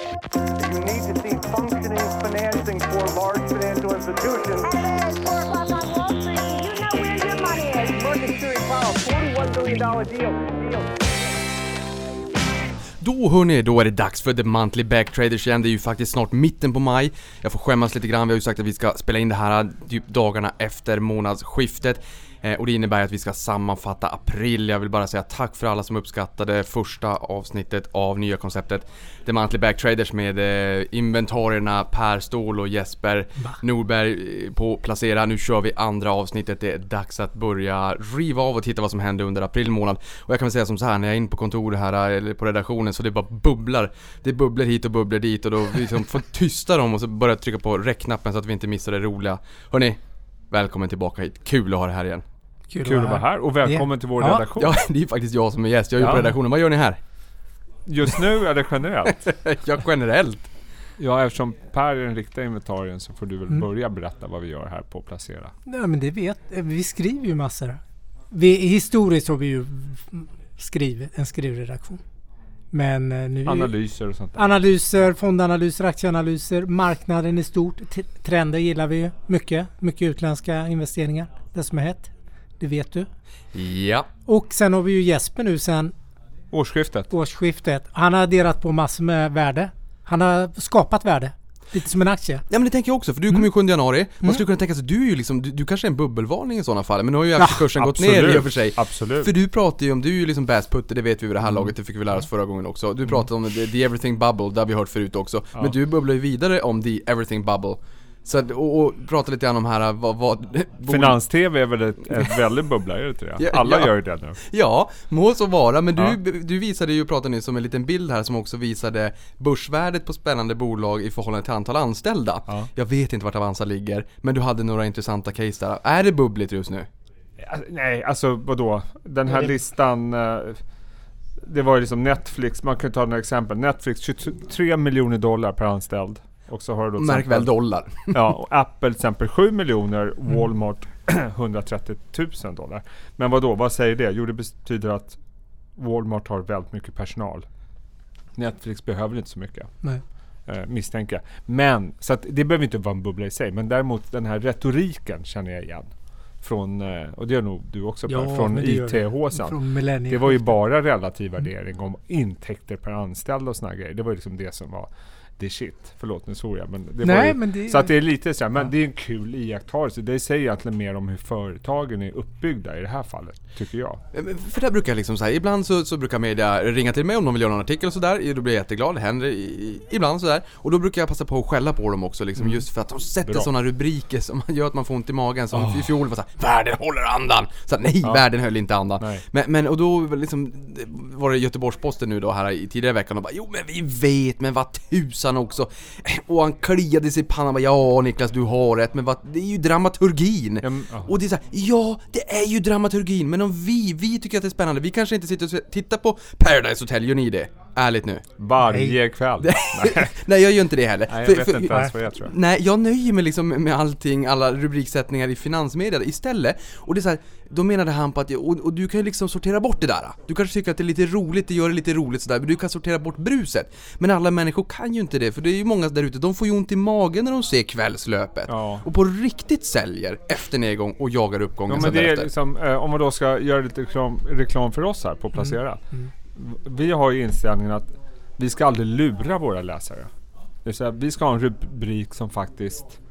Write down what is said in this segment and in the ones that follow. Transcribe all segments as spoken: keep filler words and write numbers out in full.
You need to see functioning financing for large financial institutions. Hey, it's four o'clock on Wall Street. You know where your money is. Market Theory Powell, forty-one billion dollars deal. deal. Då hörni, då är det dags för The Monthly Backtraders igen. Det är ju faktiskt snart mitten på maj. Jag får skämmas lite grann. Vi har ju sagt att vi ska spela in det här typ dagarna efter månadsskiftet. Eh, och det innebär att vi ska sammanfatta april. Jag vill bara säga tack för alla som uppskattade första avsnittet av nya konceptet The Monthly Backtraders med eh, inventarierna Per Ståhl och Jesper Va? Norberg eh, på placera. Nu kör vi andra avsnittet. Det är dags att börja riva av och titta vad som hände under april månad. Och jag kan väl säga som så här, när jag är in på kontoret här eller på redaktionen så det bara bubblar. Det bubblar hit och bubblar dit och då vi liksom får tysta dem och så börjar trycka på räckknappen så att vi inte missar det roliga. Hörrni, välkommen tillbaka hit. Kul att ha det här igen. Kul, Kul att vara här och välkommen yeah. till vår ja. redaktion. Ja, det är faktiskt jag som är gäst. Jag är ja. på redaktionen. Vad gör ni här? Just nu är det generellt. Ja, generellt. Ja, eftersom Per är den riktiga inventarien så får du väl mm. börja berätta vad vi gör här på Placera. Nej, men det vet vi skriver ju massor. Vi, historiskt har vi ju skrivit en skrivredaktion. Men nu analyser och sånt där. Analyser, fondanalyser, aktieanalyser, marknaden i stort. T- trender gillar vi ju mycket. Mycket utländska investeringar. Det som är hett. Det vet du. Ja. Och sen har vi ju Jesper nu sen årsskiftet. Årsskiftet. Han har adderat på massor med värde. Han har skapat värde. Lite som en aktie. Ja, men det tänker jag också, för du kommer ju sjunde januari. Man mm. skulle kunna tänka sig, du är ju liksom, du, du kanske är en bubbelvarning i sådana fall. Men nu har ju aktiekursen ja, gått ner i och för sig. Absolut. För du pratar ju om, du är ju liksom bästputter, det vet vi vid det här laget, det fick vi lära oss förra gången också. Du pratar om the, the everything bubble, det har vi hört förut också. Ja. Men du bubblar ju vidare om the everything bubble. Så att, och, och prata lite grann om här vad, vad Finans-tv är väl ett, ett väldigt bubblare tror jag. Alla ja, gör ju det nu. Ja, må så vara. Men du, ja. du visade ju, pratade nyss om en liten bild här som också visade börsvärdet på spännande bolag i förhållande till antal anställda. Ja. Jag vet inte vart Avanza ligger, men du hade några intressanta case där. Är det bubbligt just nu? Ja, nej, alltså vadå? Den här listan, det var ju liksom Netflix, man kan ta några exempel. Netflix, tjugotre miljoner dollar per anställd. Och så har du då märk väl dollar. Ja, och Apple till exempel sju miljoner, Walmart hundratrettio tusen dollar. Men vad då? Vad säger det? Jo, det betyder att Walmart har väldigt mycket personal. Netflix behöver inte så mycket. Nej. Eh, misstänker jag. Men, så att det behöver inte vara en bubbla i sig. Men däremot den här retoriken känner jag igen. Från, och det är nog du också ja, på, från I T-håsan. Det var ju bara relativ värdering om intäkter per anställd och såna grejer. Det var ju liksom det som var det shit, förlåt nu svor jag, men det Nej, var ju, men det, så att det är lite så här, men ja. det är en kul iakttagelse. Det säger egentligen mer om hur företagen är uppbyggda i det här fallet, tycker jag. För det brukar jag liksom säga, ibland så, så brukar media ringa till mig om de vill göra någon artikel och sådär, då blir jag jätteglad, det händer i, ibland sådär, och då brukar jag passa på att skälla på dem också liksom, mm. just för att de sätter sådana rubriker som gör att man får ont i magen, som oh. i fjol var såhär, världen håller andan, så att, nej, ja. världen höll inte andan, men, men och då liksom var det Göteborgs-Posten nu då här i tidigare veckan och bara, jo men vi vet, men vad tusan också. Och han kliade sig i pannan och bara, ja Niklas, du har rätt, men vad, det är ju dramaturgin. Mm, oh. Och det är så här, ja, det är ju dramaturgin, men om vi, vi tycker att det är spännande, vi kanske inte sitter och tittar på Paradise Hotel, gör ni det? Ärligt nu. Varje kväll. Nej. Nej, jag gör inte det heller. Nej, jag för, vet för, inte ens vad jag tror. Nej, jag nöjer mig liksom med allting, alla rubriksättningar i finansmedia istället. Och det är så här, då menade han på att, och, och du kan ju liksom sortera bort det där. Du kanske tycker att det är lite roligt, det gör det lite roligt sådär, men du kan sortera bort bruset. Men alla människor kan ju inte det, för det är ju många där ute, de får ju ont i magen när de ser kvällslöpet. Ja. Och på riktigt säljer efter nedgång och jagar uppgången. Ja, men det är liksom, eh, om man då ska göra lite reklam, reklam för oss här på Placera. Mm. Mm. Vi har ju inställningen att vi ska aldrig lura våra läsare. Det är så här, vi ska ha en rubrik som faktiskt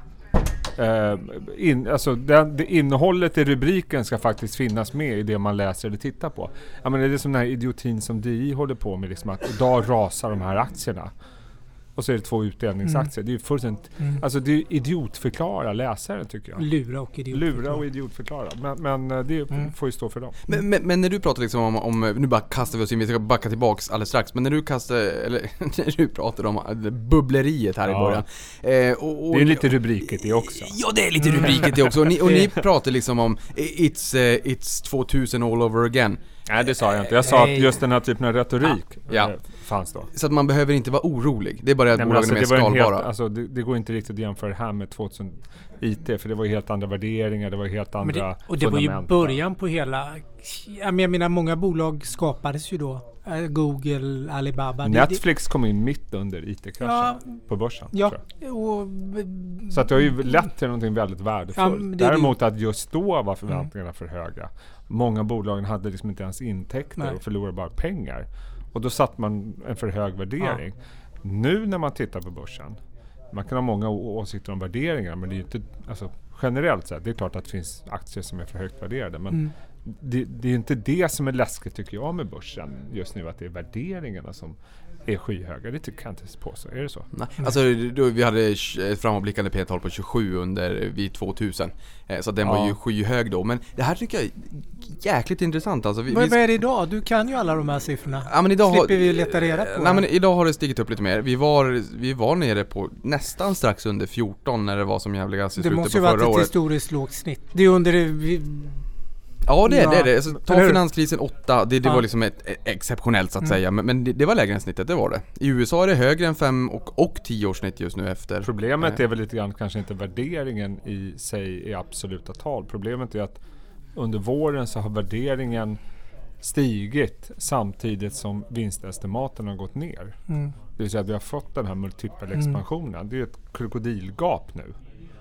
eh, in, alltså det, det innehållet i rubriken ska faktiskt finnas med i det man läser eller tittar på. Jag menar, det är som den här idiotin som D I håller på med, liksom att idag rasar de här aktierna. Och så är det två utdelningsaktier. Mm. Det är ju fullständigt, mm. alltså det är idiotförklara läsaren, tycker jag. Lura och idiotförklara. Lura och idiotförklara. Men, men det mm. får ju stå för dem. Men, men, men när du pratar liksom om, om, nu bara kastar vi oss in, vi ska backa tillbaks alldeles strax. Men när du kastar, eller när du pratar om bubbleriet här ja. i början. Eh, och, och, det är lite rubriket det också. Ja, det är lite rubriket det också. Och ni, och ni pratar liksom om it's, uh, it's tvåtusen all over again. Nej, det sa jag inte. Jag sa att just den här typen av retorik ja. fanns då. Så att man behöver inte vara orolig. Det är bara att bolagen alltså, är mer skalbara. Helt, alltså, det, det går inte riktigt att jämföra det här med tvåtusen I T, för det var ju helt andra värderingar, det var helt andra det, och det var ju början på hela... Jag menar, många bolag skapades ju då. eh, Google, Alibaba. Det- Netflix kom in mitt under I T-kraschen Ja. på börsen. Ja, tror jag. och, Så att det har ju lett till någonting väldigt värdefullt. Ja, men det är Däremot att just då var förväntningarna för höga. Många bolagen hade liksom inte ens intäkter Nej. och förlorade bara pengar. Och då satt man en för hög värdering. Nu när man tittar på börsen, man kan ha många å- åsikter om värderingar, men det är ju inte, alltså, generellt sett, det är klart att det finns aktier som är för högt värderade, men Mm. det, det är ju inte det som är läskigt tycker jag med börsen just nu, att det är värderingarna som är skyhöga. Det tycker jag inte påstå. Är det så? Nej, alltså då, vi hade ett framåtblickande P tal på tjugosju under vid tvåtusen. Eh, så den Ja. var ju skyhög då. Men det här tycker jag är jäkligt intressant. Alltså, vi, vad, vi, vad är det idag? Du kan ju alla de här siffrorna. ja, men idag Slipper har, vi leta reda på Nej, det. men idag har det stigit upp lite mer. Vi var, vi var nere på nästan strax under fjorton när det var som jävligast i Det slutet måste på ju varit förra ett året. historiskt lågt snitt. Det är under det... Vi, Ja, det är Ja, det. Är det. Alltså, ta eller hur? finanskrisen åtta, det, det Ja. var liksom ett, ett exceptionellt så att Mm. säga. Men, men det, det var lägre än snittet, det var det. I U S A är det högre än fem och, och tio års snitt just nu efter. Problemet Eh, är väl lite grann kanske inte värderingen i sig i absoluta tal. Problemet är att under våren så har värderingen stigit samtidigt som vinstestimaten har gått ner. mm. Det vill säga att vi har fått den här multipelexpansionen. Det är ju ett krokodilgap nu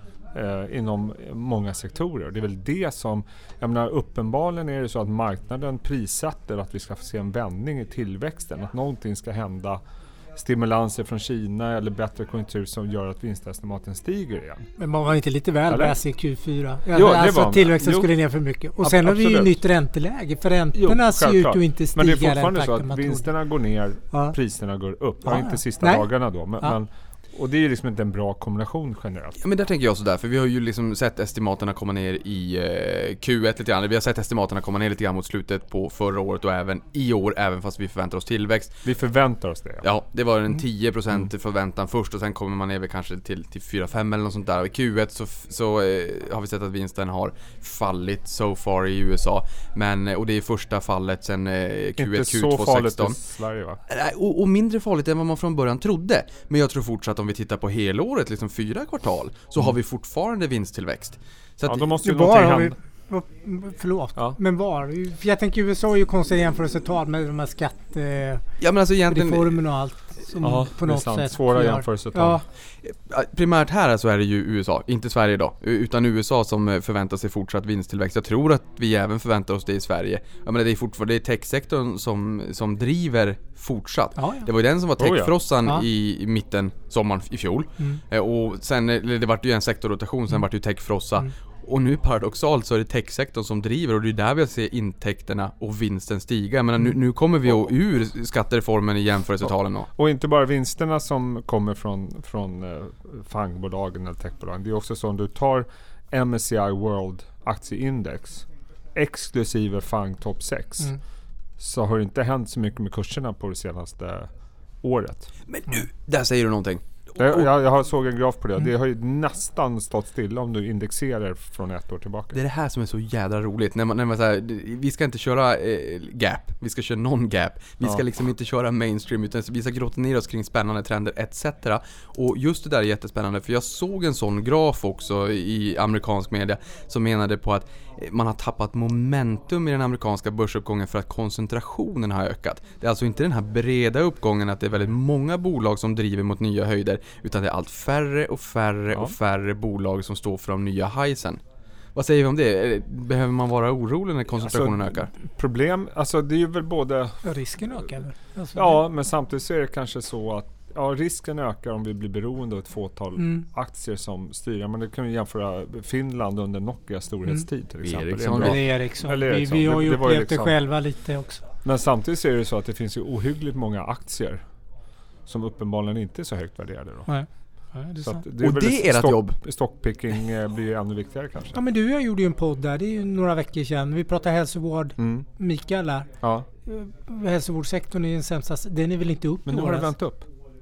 eh, inom många sektorer. Det är väl det som, jag menar, uppenbarligen är det så att marknaden prissätter att vi ska få se en vändning i tillväxten. Att någonting ska hända, stimulanser från Kina eller bättre konjunktur som gör att vinstestimaten stiger igen. Men man var inte lite väl Eller? bäst i Q fyra? Jo, det alltså var man. tillväxten Jo. skulle ner för mycket. Och Ab- sen har vi ju absolut. nytt ränteläge. För räntorna ser ju ut självklart. att inte Men det är stiga i den fortfarande så takten man att trodde. vinsterna går ner, Ja. priserna går upp. Ja, Ja, inte ja. sista Nej. dagarna då. Men, Ja. men, och det är ju liksom inte en bra kombination generellt. Ja, men där tänker jag sådär, för vi har ju liksom sett estimaterna komma ner i eh, Q ett lite grann. Vi har sett estimaterna komma ner lite grann mot slutet på förra året och även i år, även fast vi förväntar oss tillväxt. Vi förväntar oss det. Ja, det var en tio procent förväntan först och sen kommer man ner kanske till, till fyra fem eller något sånt där. Och i Q ett så, så eh, har vi sett att vinsten har fallit so far i U S A. Men, och det är första fallet sen eh, Q ett, Inte Q så två farligt sexton. i Sverige, va? Nej, Och, och mindre farligt än vad man från början trodde. Men jag tror fortsatt om vi tittar på helåret, liksom fyra kvartal, så har vi fortfarande vinsttillväxt. Så Ja, att, då måste ju Var någonting har vi, hända. vad- förlåt, Ja. men var? För jag tänker U S A är ju konstiga jämförelsetal med de här skattereformerna ja, men alltså egentligen, och allt som Ja, på det är något sant. sätt Svåra gör- jämförelsetal. Ja, primärt här så är det ju U S A, inte Sverige då, utan U S A som förväntar sig fortsatt vinsttillväxt. Jag tror att vi även förväntar oss det i Sverige. Jag menar, det är fortfarande det är techsektorn som, som driver fortsatt. ja, ja. Det var ju den som var Oh ja. techfrossan Ja. i, i mitten sommaren i fjol. Mm. Eh, Och sen, eller det var ju en sektorrotation, sen Mm. var det ju techfrossa. Mm. Och nu paradoxalt så är det techsektorn som driver, och det är där vi ser intäkterna och vinsten stiga. Men nu, nu kommer vi och ur skattereformen i jämförelsetalen då. Och inte bara vinsterna som kommer från, från uh, fangbolagen eller techbolagen. Det är också så om du tar M S C I World aktieindex exklusive Fang Top sex Mm. så har det inte hänt så mycket med kurserna på det senaste året. Men nu, där säger du någonting. Jag, jag, jag har såg en graf på det. Mm. Det har ju nästan stått stilla om du indexerar från ett år tillbaka. Det är det här som är så jädra roligt. När man, när man säger, vi ska inte köra eh, gap, vi ska köra non-gap. Vi ska Ja. liksom inte köra mainstream, utan vi ska grotta ner oss kring spännande trender et cetera. Och just det där är jättespännande, för jag såg en sån graf också i amerikansk media som menade på att man har tappat momentum i den amerikanska börsuppgången för att koncentrationen har ökat. Det är alltså inte den här breda uppgången att det är väldigt många bolag som driver mot nya höjder, utan det är allt färre och färre Ja. och färre bolag som står för de nya highsen. Vad säger vi om det? Behöver man vara orolig när koncentrationen Alltså, ökar? Problem, alltså det är ju väl både... Risken ökar väl? Alltså, Ja, men samtidigt så är det kanske så att ja, risken ökar om vi blir beroende av ett fåtal Mm. aktier som styr. Men det kan vi jämföra Finland under Nokias storhetstid till exempel. Ericsson. Det är en Eller bra- Ericsson. Eller Ericsson. Vi, vi har ju Det- det var ju upplevt det liksom- själva lite också. Men samtidigt så är det så att det finns ju ohyggligt många aktier som uppenbarligen inte är så högt värderade då. Nej. Ja, det är Så sant. att det är Och väl det är ert stock, jobb. Stockpicking eh, blir ju ännu viktigare kanske. Ja, men du och jag gjorde ju en podd där, det är ju några veckor sedan. Vi pratade hälsovård, Mm. Mikael där. Ja, Eh, Hälsovårdssektorn är den sämsta, den är väl inte upp men i nu har det våras? vänt upp.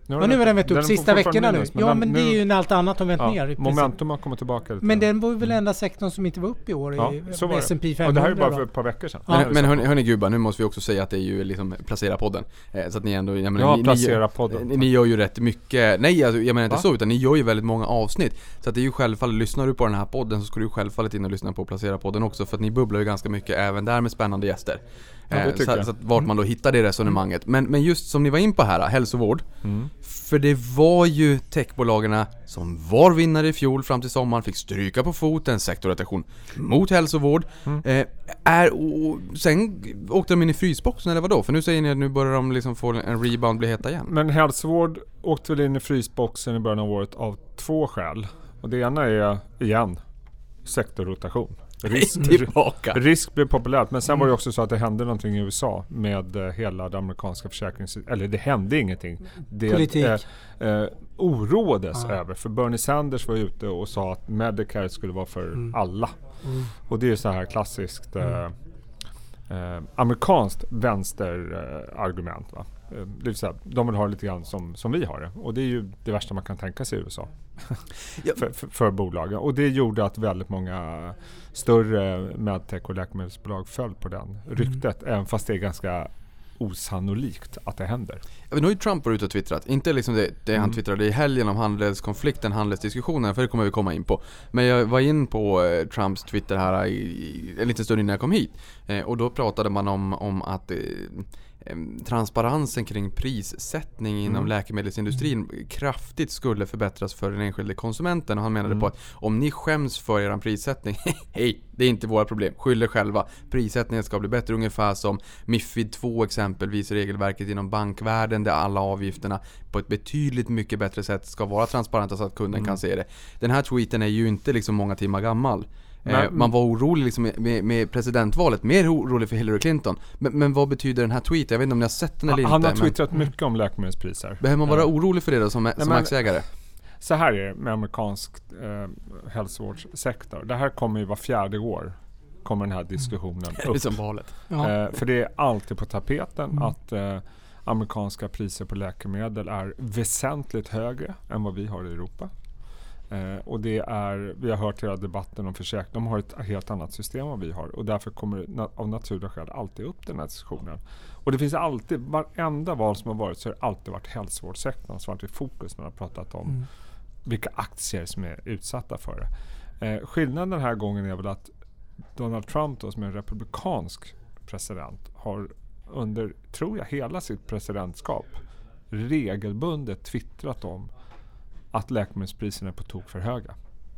Nu men nu har den vänt upp den sista veckorna nu. Minus, Ja, den, men det är ju allt annat har vänt ja, ner. Momentum har kommit tillbaka lite. Men den var ju väl enda sektorn som inte var uppe i år ja, i så var S and P femhundra. Och det här är bara för ett par veckor sedan. Ja. Men, men hörni, hörni gubbar, nu måste vi också säga att det är ju liksom Placera-podden. Eh, så att ni ändå, jag menar, ja, ni, Placera-podden. Ni, ni gör ju rätt mycket, nej alltså, jag menar inte Va? så, utan ni gör ju väldigt många avsnitt. Så att det är ju självfallet, lyssnar du på den här podden så ska du självfallet in och lyssna på Placera-podden också. För att ni bubblar ju ganska mycket även där med spännande gäster. Ja, eh, så, så att vart man då hittar det resonemanget. Men, men just som ni var in på här, hälsovård. Mm. För det var ju techbolagen som var vinnare i fjol fram till sommaren, fick stryka på foten, sektorrotation mot hälsovård. Mm. Eh, är, och, sen åkte de in i frysboxen eller vadå? För nu säger ni att nu börjar de liksom få en rebound, bli heta igen. Men hälsovård åkte väl in i frysboxen i början av året av två skäl. Och det ena är, igen, sektorrotation. Risk, risk blir populärt, men sen mm. var det också så att det hände någonting i U S A med uh, hela det amerikanska försäkrings... Eller det hände ingenting. Det Politik. Uh, uh, oroades ah. över. För Bernie Sanders var ute och sa att Medicare skulle vara för mm. alla. Mm. Och det är ju så här klassiskt uh, mm. uh, amerikanskt vänsterargument. Uh, va? Uh, det vill säga, de vill ha det lite grann som, som vi har det. Och det är ju det värsta man kan tänka sig i U S A. Ja. för, för, för bolagen. Och det gjorde att väldigt många större medtech och läkemedelsbolag föll på den ryktet, mm. även fast det är ganska osannolikt att det händer. Ja, men nu har ju Trump varit ute och twittrat. Inte liksom det, det mm. han twittrade i helgen om handelskonflikten, handelsdiskussionen, för det kommer vi komma in på. Men jag var in på eh, Trumps Twitter här i, i, en liten stund innan jag kom hit. Eh, och då pratade man om, om att eh, transparensen kring prissättning inom mm. läkemedelsindustrin mm. kraftigt skulle förbättras för den enskilde konsumenten, och han menade mm. på att om ni skäms för er prissättning, hej, det är inte våra problem, skyll er själva, prissättningen ska bli bättre, ungefär som MiFID två exempelvis, regelverket inom bankvärlden där alla avgifterna på ett betydligt mycket bättre sätt ska vara transparenta så att kunden mm. kan se det. Den här tweeten är ju inte liksom många timmar gammal. Eh, man var orolig liksom med, med presidentvalet, mer orolig för Hillary Clinton. Men, men vad betyder den här tweeten? Jag vet inte om ni har sett den eller han inte. Han har twittrat men... mycket om läkemedelspriser. Behöver man vara uh, orolig för det då som, nej, som men, aktieägare? Så här är det med amerikansk eh, hälsovårdssektor. Det här kommer ju var fjärde år kommer den här diskussionen upp. Det är som valet. Ja. Eh, för det är alltid på tapeten mm. att eh, amerikanska priser på läkemedel är väsentligt högre än vad vi har i Europa. Eh, och det är, vi har hört hela debatten om försäkring. De har ett helt annat system än vad vi har. Och därför kommer det na- av naturliga skäl alltid upp den här diskussionen. Och det finns alltid, varenda val som har varit så har det alltid varit hälsovårdssektorn som har varit i fokus när man har pratat om mm. vilka aktier som är utsatta för det. Eh, skillnaden den här gången är väl att Donald Trump då, som är en republikansk president, har under, tror jag, hela sitt presidentskap regelbundet twittrat om att läkemedelspriserna är på tok för höga.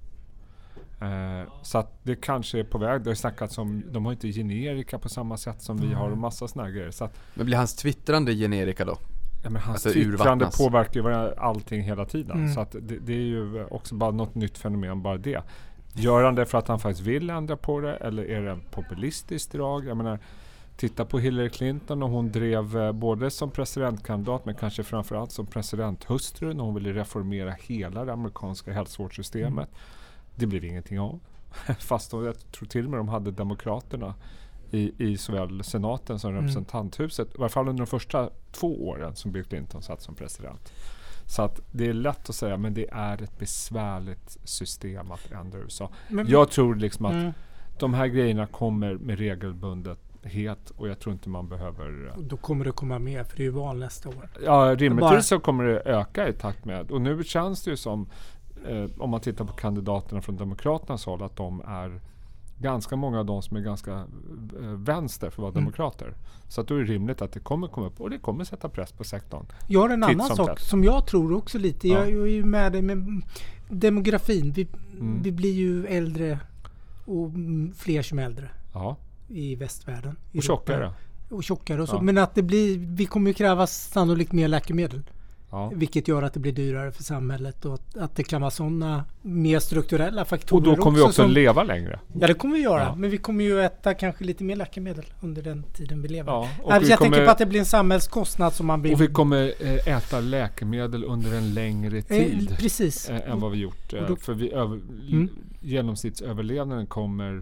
Eh, så att det kanske är på väg. Det har snackats om, de har inte generika på samma sätt som vi har och massa såna grejer. Så att, men blir hans twittrande generika då? Ja, men hans alltså, twittrande påverkar ju allting hela tiden. Mm. Så att det, det är ju också bara något nytt fenomen, bara det. Gör han det för att han faktiskt vill ändra på det, eller är det en populistisk drag? Jag menar, titta på Hillary Clinton, och hon drev eh, både som presidentkandidat men kanske framförallt som presidenthustru när hon ville reformera hela det amerikanska hälsovårdssystemet. Mm. Det blev ingenting av. Fast då, jag tror till och med de hade demokraterna i, i såväl senaten som mm. representanthuset. I alla fall under de första två åren som Bill Clinton satt som president. Så att det är lätt att säga, men det är ett besvärligt system att ändra U S A. Men, jag tror liksom att mm. de här grejerna kommer med regelbundet het, och jag tror inte man behöver... Då kommer det komma mer, för det är ju val nästa år. Ja, rimligtvis så kommer det öka i takt med. Och nu känns det ju som, eh, om man tittar på kandidaterna från Demokraternas håll, att de är ganska många av dem som är ganska eh, vänster för att vara mm. demokrater. Så att då är det rimligt att det kommer komma upp, och det kommer sätta press på sektorn. Jag har en annan som sak tätt. som jag tror också lite. Ja. Jag, jag är ju med dig med demografin. Vi, mm. vi blir ju äldre, och fler som är äldre. Ja. I västvärlden. Och tjockare. Och tjockare och så. Ja. Men att det blir, vi kommer ju kräva sannolikt mer läkemedel. Ja. Vilket gör att det blir dyrare för samhället, och att, att det kan vara sådana mer strukturella faktorer. Och då kommer också vi också som, leva längre. Ja, det kommer vi göra. Ja. Men vi kommer ju äta kanske lite mer läkemedel under den tiden vi lever. Ja, och jag vi tänker kommer, på att det blir en samhällskostnad som man blir... Och vi kommer äta läkemedel under en längre tid. Eh, precis. Än vad vi gjort. Då, för vi över, mm. genomsnittsöverlevnaden kommer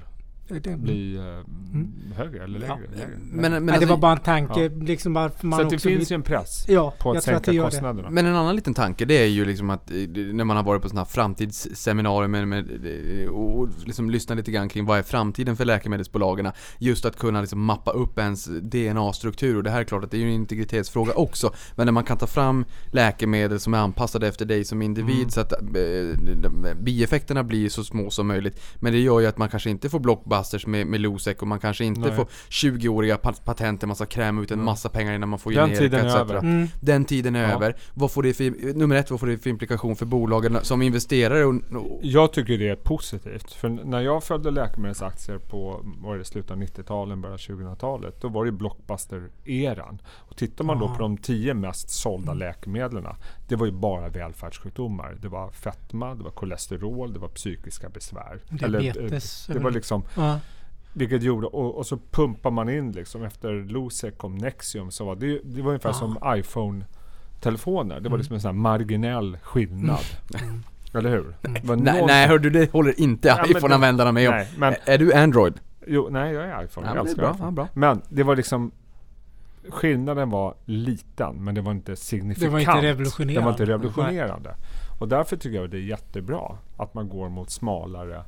bli eh, mm. högre eller lägre. Ja. lägre. Men, men, men alltså, det var bara en tanke. Ja. Liksom varför man så att det också finns vill... ju en press ja, på att sänka att kostnaderna. Men en annan liten tanke, det är ju liksom att när man har varit på sådana här framtidsseminarier med, med, och liksom lyssna lite grann kring vad är framtiden för läkemedelsbolagen, just att kunna liksom mappa upp ens D N A-struktur, och det här är klart att det är ju en integritetsfråga också, men när man kan ta fram läkemedel som är anpassade efter dig som individ mm. så att äh, bieffekterna blir så små som möjligt, men det gör ju att man kanske inte får blockbusters med, med Losec, och man kanske inte Nej. får tjugoåriga patent där man ska kräma ut en massa pengar innan man får den generika tiden et är cetera. över. Mm. Den tiden är ja. över. Vad får det för, nummer ett, vad får det för implikation för bolagen som investerare? Och, och... Jag tycker det är positivt, för när jag följde läkemedelsaktier på var det slutet av nittiotalet, början av tjugohundratalet, då var det blockbuster-eran. Och tittar man då på de tio mest sålda mm. läkemedlen, det var ju bara välfärdssjukdomar. Det var fetma, det var kolesterol, det var psykiska besvär. Diabetes. Eller, det var liksom... Ja. Vilket gjorde, och, och så pumpar man in liksom, efter Losec kom Nexium, så var det, det var ungefär ah. som iPhone-telefoner. Det var mm. liksom en sån här marginell skillnad. Mm. Eller hur? Mm. Nej, nej, hör du, det håller inte ja, iPhone-användarna med om. Nej, men, är du Android? Jo, nej, jag är iPhone. Ja, jag det är bra, ja, bra. Men det var liksom, skillnaden var liten, men det var inte signifikant. Det var inte revolutionerande. Det var inte revolutionerande. Och därför tycker jag det är jättebra att man går mot smalare,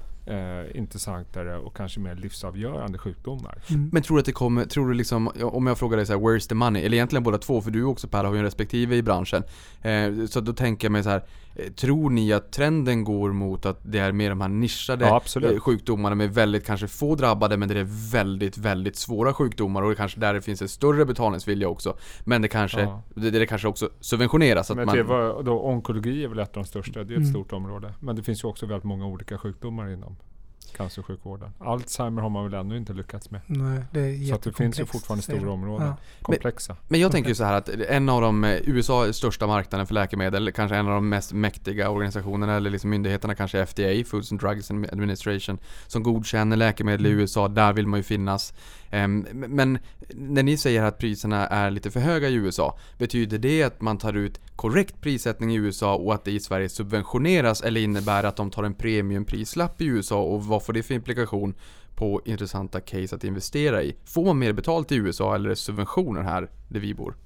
Eh, intressantare och kanske mer livsavgörande sjukdomar. Mm. Men tror du att det kommer, tror du liksom, om jag frågar dig så här, where's the money? Eller egentligen båda två, för du också Per har ju en respektive i branschen. Eh, så då tänker jag mig så här, eh, tror ni att trenden går mot att det är mer de här nischade ja, eh, sjukdomarna med väldigt kanske få drabbade, men det är väldigt, väldigt svåra sjukdomar, och det kanske där det finns en större betalningsvilja också. Men det kanske, ja. det, det kanske också subventioneras. Att men man... det var, då, onkologi är väl ett av de största, det är ett mm. stort område. Men det finns ju också väldigt många olika sjukdomar inom cancersjukvården. Alzheimer har man väl ännu inte lyckats med. Nej, det är så att det finns ju fortfarande stora områden. Ja. Komplexa. Men, men jag tänker ju så här att en av de U S A största marknaden för läkemedel, kanske en av de mest mäktiga organisationerna eller liksom myndigheterna, kanske F D A, Foods and Drugs Administration, som godkänner läkemedel i U S A. Där vill man ju finnas. Um, men när ni säger att priserna är lite för höga i U S A, betyder det att man tar ut korrekt prissättning i U S A och att det i Sverige subventioneras, eller innebär det att de tar en premiumprislapp i U S A, och vad får det för implikation på intressanta case att investera i? Får man mer betalt i U S A, eller är det subventioner här där vi bor?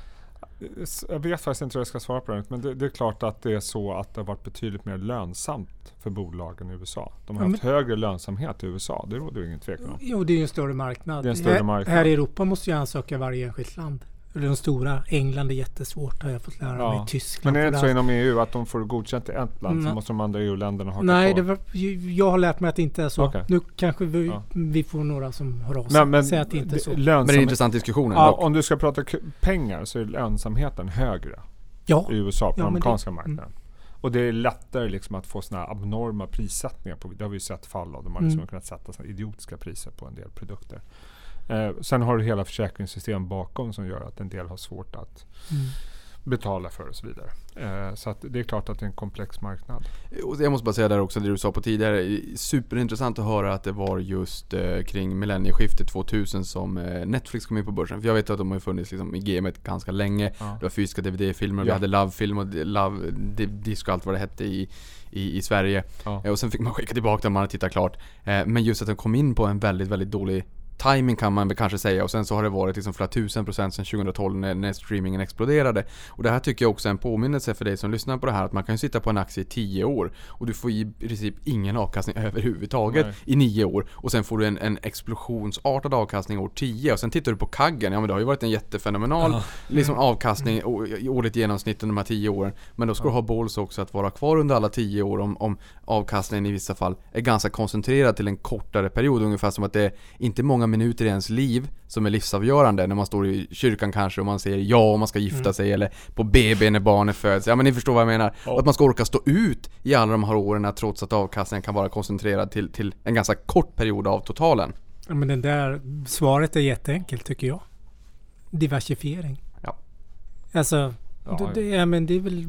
Jag vet faktiskt inte hur jag ska svara på det, men det, det är klart att det är så att det har varit betydligt mer lönsamt för bolagen i U S A. De har ja, haft men... högre lönsamhet i U S A, det råder ingen tvekan om. Jo, det är ju en större marknad. Det är en större här, marknad. Här i Europa måste jag ansöka varje enskilt land. De stora, England är jättesvårt, har jag fått lära ja. mig. Tyskland. Men är det inte så inom E U att de får godkänt i ett land mm. så måste de andra E U-länderna ha Nej, på? Det var, jag har lärt mig att det inte är så. Okay. Nu kanske vi, ja. vi får några som hör av sig och säger att det inte är så. Men det är en intressant diskussion. Ja, om du ska prata k- pengar så är lönsamheten högre ja. i U S A på ja, den amerikanska det, marknaden. Mm. Och det är lättare liksom att få såna här abnorma prissättningar på. Det har vi sett fall av. De har liksom mm. kunnat sätta såna idiotiska priser på en del produkter. Eh, sen har du hela försäkringssystem bakom som gör att en del har svårt att mm. betala för och så vidare. Eh, så att det är klart att det är en komplex marknad. Och jag måste bara säga där också, det du sa på tidigare, superintressant att höra att det var just eh, kring millennieskiftet tvåtusen som eh, Netflix kom in på börsen. För jag vet att de har funnits liksom, i gamet ganska länge. Ja. Det var fysiska D V D-filmer, ja. Vi hade Love-film och Love Disc och allt vad det hette i I, i Sverige. Ja. Eh, och sen fick man skicka tillbaka det, man hade tittat klart. Eh, men just att de kom in på en väldigt, väldigt dålig timing kan man väl kanske säga, och sen så har det varit liksom flera tusen procent sedan tjugotolv när, när streamingen exploderade. Och det här tycker jag också är en påminnelse för dig som lyssnar på det här, att man kan ju sitta på en aktie i tio år och du får i princip ingen avkastning överhuvudtaget. Nej. I nio år, och sen får du en, en explosionsartad avkastning år tio, och sen tittar du på Kaggen, ja men det har ju varit en jättefenomenal ja. liksom avkastning i årligt genomsnitt under de här tio åren, men då ska ja. du ha balls också att vara kvar under alla tio år om, om avkastningen i vissa fall är ganska koncentrerad till en kortare period, ungefär som att det är inte många minuter i ens liv som är livsavgörande när man står i kyrkan kanske och man säger ja om man ska gifta mm. sig, eller på B B när barnet föds. Ja men ni förstår vad jag menar. Ja. Att man ska orka stå ut i alla de här åren trots att avkastningen kan vara koncentrerad till, till en ganska kort period av totalen. Ja, men den där svaret är jätteenkelt tycker jag. Diversifiering. Ja. Alltså ja, det, det, är, men det är väl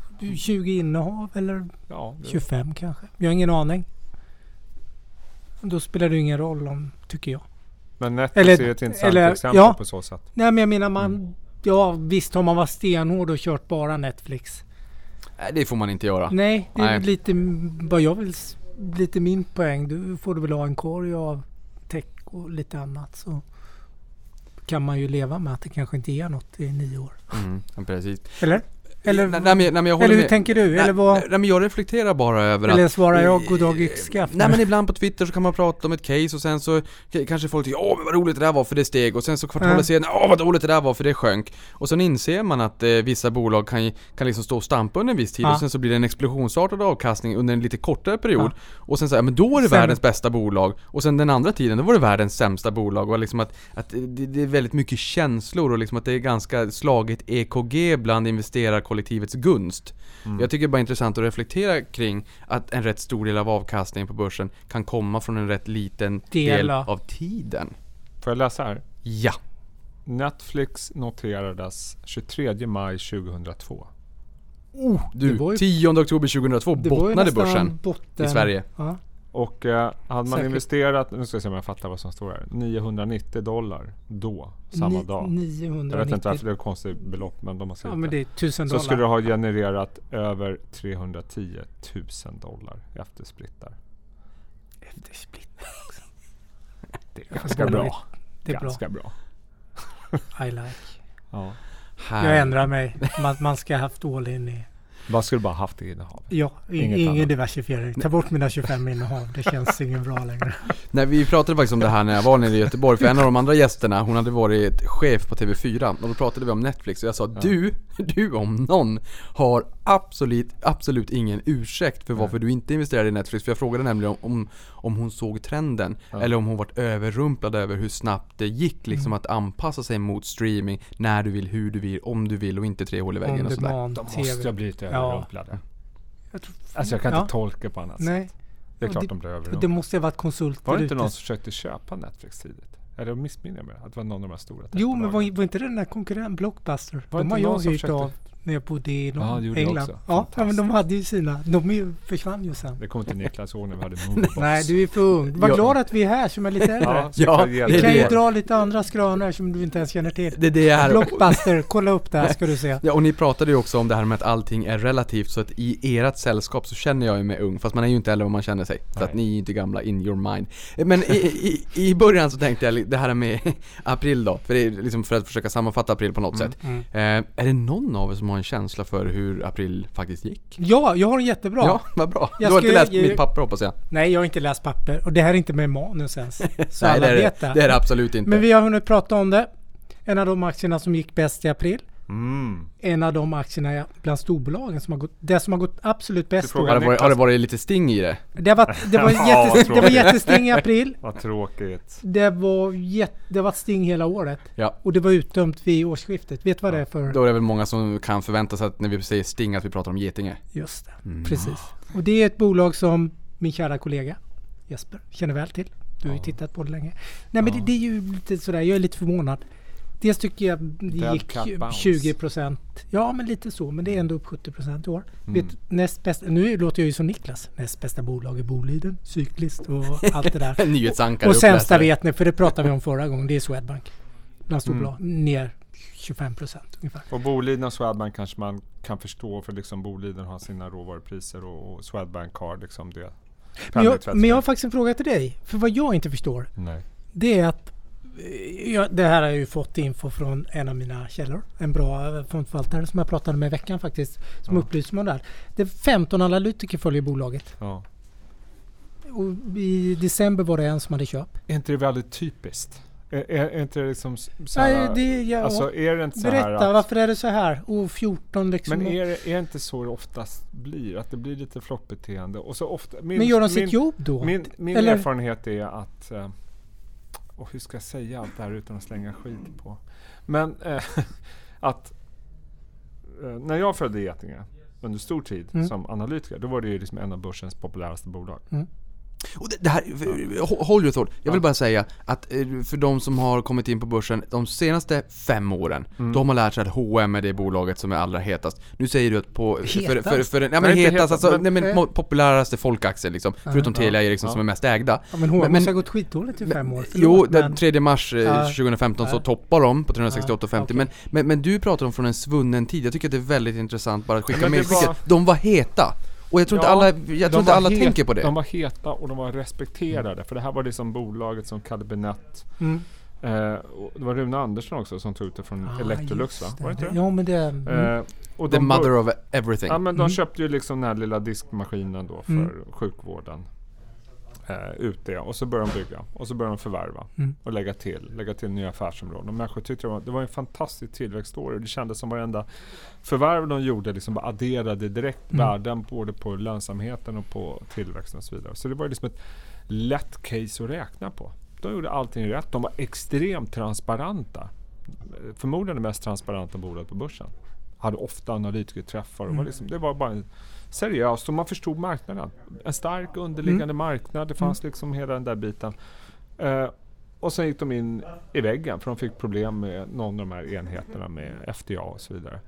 tjugo innehav eller ja, tjugofem kanske. Jag har ingen aning. Då spelar det ingen roll om, tycker jag. Men Netflix eller, är ett intressant eller, exempel ja, på så sätt. Nej, men jag menar man, mm. ja visst har man varit stenhård och kört bara Netflix. Nej, det får man inte göra. Nej, det är Nej. lite vad jag vill lite min poäng. Du får du väl ha en korg av tech och lite annat, så kan man ju leva med att det kanske inte är något i nio år. Mm, precis. Eller? Eller, nej, nej, nej, men jag eller hur med. tänker du? Nej, eller vad? Nej, men jag reflekterar bara över eller att... svarar jag god dag yxskaft? Nej, men ibland på Twitter så kan man prata om ett case och sen så k- kanske folk tycker åh men vad roligt det där var för det steg, och sen så kvartalet Mm. senare åh vad dåligt det där var för det sjönk, och sen inser man att eh, vissa bolag kan, kan liksom stå och stampa under en viss tid, Ja. och sen så blir det en explosionsartad avkastning under en lite kortare period, Ja. och sen så här, men då är det Sen- världens bästa bolag, och sen den andra tiden då var det världens sämsta bolag, och liksom att, att det, det är väldigt mycket känslor och liksom att det är ganska slagit E K G bland investerarkollektivets gunst. Mm. Jag tycker det är bara intressant att reflektera kring att en rätt stor del av avkastningen på börsen kan komma från en rätt liten del, Del av- av tiden. Får jag läsa här? Ja. Netflix noterades tjugotredje maj tjugohundratvå. Oh, Du, det var ju- tionde oktober tjugohundratvå det var ju bottnade nästan börsen botten. i Sverige. Ja. Och eh, hade man Säkert. investerat, nu ska jag se om jag fattar vad som står här, niohundranittio dollar då, samma Ni- dag. niohundranittio. Jag vet inte varför det är ett konstigt belopp, men de har skrivit Ja, men det. det är tusen Så dollar. skulle det ha genererat över trehundratio tusen dollar efter splittar. Efter split. Det är Jag ganska förstår bra. Det är Ganska bra. bra. I like. Ja. Här. Jag ändrar mig. Man, man ska ha haft all in i... Vad skulle bara haft i innehavet? Ja, i- Inget ingen annat. diversifiering. Ta bort mina tjugofem innehav. Det känns ingen bra längre. Nej, vi pratade faktiskt om det här när jag var nere i Göteborg, för en av de andra gästerna, hon hade varit chef på T V fyra, och då pratade vi om Netflix och jag sa, Ja. du, du om någon har absolut, absolut ingen ursäkt för varför Nej. du inte investerade i Netflix, för jag frågade nämligen om, om, om hon såg trenden, Ja. eller om hon varit överrumplad över hur snabbt det gick liksom Mm. att anpassa sig mot streaming, när du vill, hur du vill, om du vill, och inte tre hål i väggen On och sådär. demand De T måste V. ha blivit överrumplade. Jag tror, Alltså jag kan ja. inte tolka på annat sätt. Nej. Det är Och klart det- de blir Det överrumplade. måste ha varit konsulter Var det inte ute. någon som försökte köpa Netflix tidigt? Eller missminner jag mig? Att det var någon av de här stora Jo, men techbolagen. var, var inte det den där konkurrenten Blockbuster? Var de inte har någon jag som hyrt försökte- av när jag bodde i Ja, någon det gjorde jag England. också. Ja, ja, men de Fantastiskt. hade ju sina. De är ju, försvann ju sen. Det kommer inte Niklas ihåg när vi hade Moviebox. Nej, du är för ung. Var Ja. glad att vi är här som är lite äldre. Ja, så Ja, kan ge det Vi är kan ju det. dra lite andra skranar som du inte ens känner till. Det är det här. Blockbuster, kolla upp det här ska du se. Ja, och ni pratade ju också om det här med att allting är relativt, så att i ert sällskap så känner jag ju mig ung, fast man är ju inte äldre vad man känner sig, så Nej. att ni är ju inte gamla in your mind. Men i, i, i början så tänkte jag det här med april då, för det är liksom för att försöka sammanfatta april på något sätt. Mm. Eh, är det någon av er som har en känsla för hur april faktiskt gick? Ja, jag har en jättebra. Ja, vad bra. Du Jag har inte ska- läst jag- mitt papper hoppas jag. Nej, jag har inte läst papper. Och det här är inte med manus ens. Så Nej, alla det är vet det, det. det är det absolut inte. Men vi har hunnit prata om det. En av de aktierna som gick bäst i april. Mm. En av de aktierna bland storbolagen som har gått, det som har gått absolut bäst. frågar då. har, det varit, har det varit lite sting i det? Det var, det var, Ja, jättes, vad det var tråkigt. jättesting i april. Vad tråkigt. Det var, jätt, det var ett sting hela året. Ja. Och det var utdömt vid årsskiftet. Vet du vad det är för? Då är det väl många som kan förvänta sig att när vi säger sting att vi pratar om Getinge. Just det, Mm. precis. Och det är ett bolag som min kära kollega Jesper känner väl till. Du har ju Ja. tittat på det länge. Nej men Ja. det, det är ju lite sådär, jag är lite förvånad. Dels tycker jag det Dead gick cat bounce. tjugo procent. Ja men lite så, men det är ändå upp sjuttio procent i år. Mm. Vet, näst bästa, nu låter jag ju som Niklas. Näst bästa bolag är Boliden, Cyklist och allt det där. Nyhetsankare. Och sämsta uppläsare. vet ni, för det pratade vi om förra gången, det är Swedbank. Bland storbolag, Mm. ner tjugofem procent ungefär. Och Boliden och Swedbank kanske man kan förstå, för liksom Boliden har sina råvarupriser och, och Swedbank har liksom det. Men jag, men jag har faktiskt en fråga till dig. För vad jag inte förstår, Nej. det är att eh, jag, det här har jag ju fått info från en av mina källor. En bra eh, fondförvaltare som jag pratade med i veckan faktiskt. Som Ja. upplyste mig om det här. Det är femton analytiker följer bolaget. Ja. Och i december var det en som hade köpt. Är inte det väldigt typiskt? Är, är, är inte det liksom s- så Nej, här, det, jag, alltså är det inte så här berätta, att, varför är det så här? O fjorton liksom. men Men, är det är det inte så det oftast blir? Att det blir lite flockbeteende? Och så ofta, min, men gör de min, sitt jobb då? Min, min Eller- erfarenhet är att, eh, och hur ska jag säga allt det här utan att slänga skit på? Men eh, att eh, när jag följde Getinge under stor tid Mm. som analytiker, då var det ju liksom en av börsens populäraste bolag. Mm. Och det, det här, hå- håll your thought. Jag vill bara säga att eh, för de som har kommit in på börsen de senaste fem åren, Mm. de har lärt sig att H och M är det bolaget som är allra hetast. Nu säger du att på... För, Hetast? för, för, nej men Nej, inte hetast, hetast, alltså, men- nej, men mo- populäraste folkaktien liksom. Förutom ja, Telia Ericsson ja. som är mest ägda. Ja, men H och M Men- måste ha gått skitdåligt i fem år. Jo, Förlåt, den men- tredje mars eh, Ja. tjugohundrafemton så Ja. toppar de på trehundrasextioåtta femtio. Ja, okej. men, men, men du pratar om från en svunnen tid. Jag tycker att det är väldigt intressant bara att skicka Men med det var- skicka. De var heta. Och jag tror ja, inte alla, jag tror inte alla het, tänker på det. De var heta och de var respekterade. Mm. För det här var liksom bolaget som Kalle Benett. Mm. Eh, och det var Rune Andersson också som tog ut det från ah, Electrolux, va? Var det inte det? Ja, men det... Mm. Eh, och The de mother bör- of everything. Ja, men de mm. köpte ju liksom den här lilla diskmaskinen då för mm. sjukvården. Eh, ut det. Och så började de bygga. Och så började de förvärva. Mm. Och lägga till. Lägga till nya affärsområden. Och människor tyckte det var, det var en fantastisk tillväxtår. Det kändes som varenda förvärv de gjorde liksom bara adderade direkt mm. värden både på lönsamheten och på tillväxten och så vidare. Så det var liksom ett lätt case att räkna på. De gjorde allting rätt. De var extremt transparenta. Förmodligen det mest transparenta bolaget på börsen. Hade ofta analytikerträffar. Mm. Var liksom, det var bara en, seriöst. Och man förstod marknaden. En stark underliggande mm. marknad. Det fanns mm. liksom hela den där biten. Uh, och sen gick de in i väggen. För de fick problem med någon av de här enheterna med F D A och så vidare.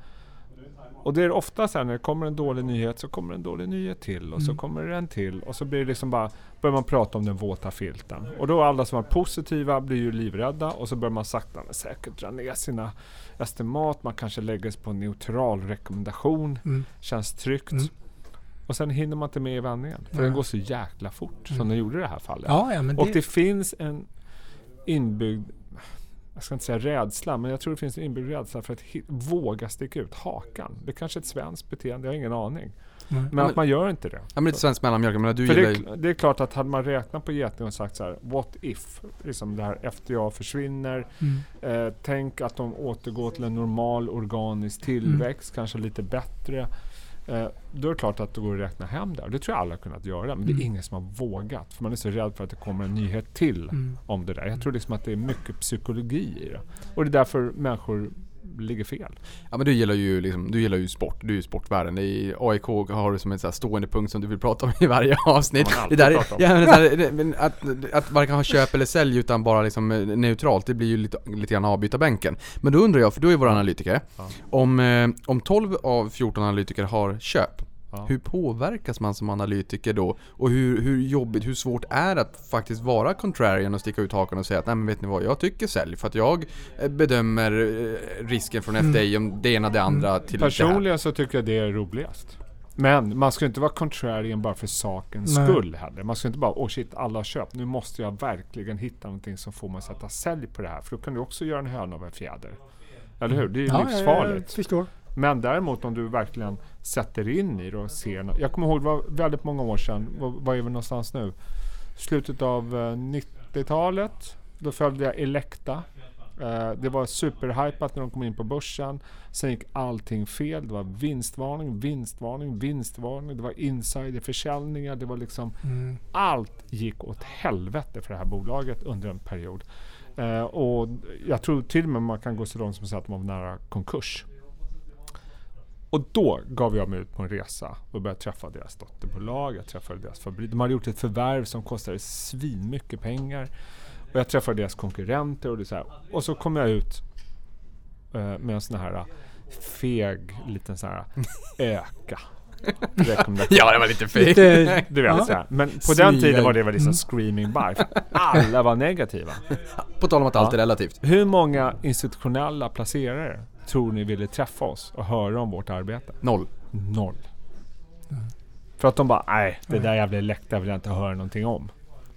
Och det är ofta så här, när det kommer en dålig nyhet så kommer en dålig nyhet till och mm. så kommer det en till och så blir det liksom bara, börjar man prata om den våta filten. Och då alla som var positiva blir ju livrädda och så börjar man sakta men säkert dra ner sina estimat. Man kanske lägger sig på en neutral rekommendation. Mm. Känns tryggt. Mm. Och sen hinner man inte med i vändningen. För mm. den går så jäkla fort mm. som den gjorde i det här fallet. Ja, ja, men det... Och det finns en inbyggd, jag ska inte säga rädsla, men jag tror det finns en inbyggd rädsla för att hit, våga sticka ut hakan. Det är kanske ett svenskt beteende, jag har ingen aning. Mm. Men, men att man gör inte det. Ja, men det är ett svenskt mellanmjölk, men du för gillar det, det är klart att hade man räknat på Getinge och sagt så här, what if? Liksom det här F D A försvinner. Mm. Eh, tänk att de återgår till en normal organisk tillväxt, mm. kanske lite bättre. Eh, då är det klart att det går att räkna hem där. Det tror jag alla har kunnat göra, men mm. det är ingen som har vågat. För man är så rädd för att det kommer en nyhet till mm. om det där. Jag tror liksom att det är mycket psykologi i det. Och det är därför människor ligger fel. Ja, men du gillar ju liksom, du gillar ju sport. Du är ju sportvärlden. I A I K har du som en så här stående punkt som du vill prata om i varje avsnitt. Det där är, ja, men så här, men att, att varken ha köp eller sälj utan bara liksom neutralt, det blir ju lite, lite grann avbyta bänken. Men då undrar jag, för du är vår analytiker, ja. om, eh, om tolv av fjorton analytiker har köp, ja. Hur påverkas man som analytiker då? Och hur, hur jobbigt, hur svårt är det att faktiskt vara contrarian och sticka ut hakan och säga att nej, men vet ni vad, jag tycker sälj för att jag bedömer risken från F D A om det ena det andra till personligen det här. Så tycker jag det är roligast. Men man ska inte vara contrarian bara för sakens nej. skull heller. Man ska inte bara, åh oh shit, alla har köpt. Nu måste jag verkligen hitta någonting som får mig att sätta sälj på det här. För då kan du också göra en höna av en fjäder. Eller hur? Det är ju ja, livsfarligt. Jag förstår. Men däremot om du verkligen sätter in i det och ser något. Jag kommer ihåg, det var väldigt många år sedan. Var är vi någonstans nu? Slutet av uh, nittiotalet. Då följde jag Elekta. Uh, det var superhypat när de kom in på börsen. Sen gick allting fel. Det var vinstvarning, vinstvarning, vinstvarning. Det var insiderförsäljningar. Det var liksom mm. allt gick åt helvete för det här bolaget under en period. Uh, och jag tror till och med man kan gå så långt som att säga att man var nära konkurs. Och då gav jag mig ut på en resa och började träffa deras dotterbolag. Jag träffade deras fabrik. De hade gjort ett förvärv som kostade svin mycket pengar. Och jag träffade deras konkurrenter. Och, det så här. Och så kom jag ut uh, med en sån här feg liten sån här öka. Ja, det var lite feg. Du vet, ja. Så här. Men på Svigen. Den tiden var det väl liksom screaming buy. Alla var negativa. På tal om att ja. allt är relativt. Hur många institutionella placerare tror ni ville träffa oss och höra om vårt arbete? Noll. Noll. Mm. För att de bara, nej, det där jävla läckta vill jag inte höra någonting om.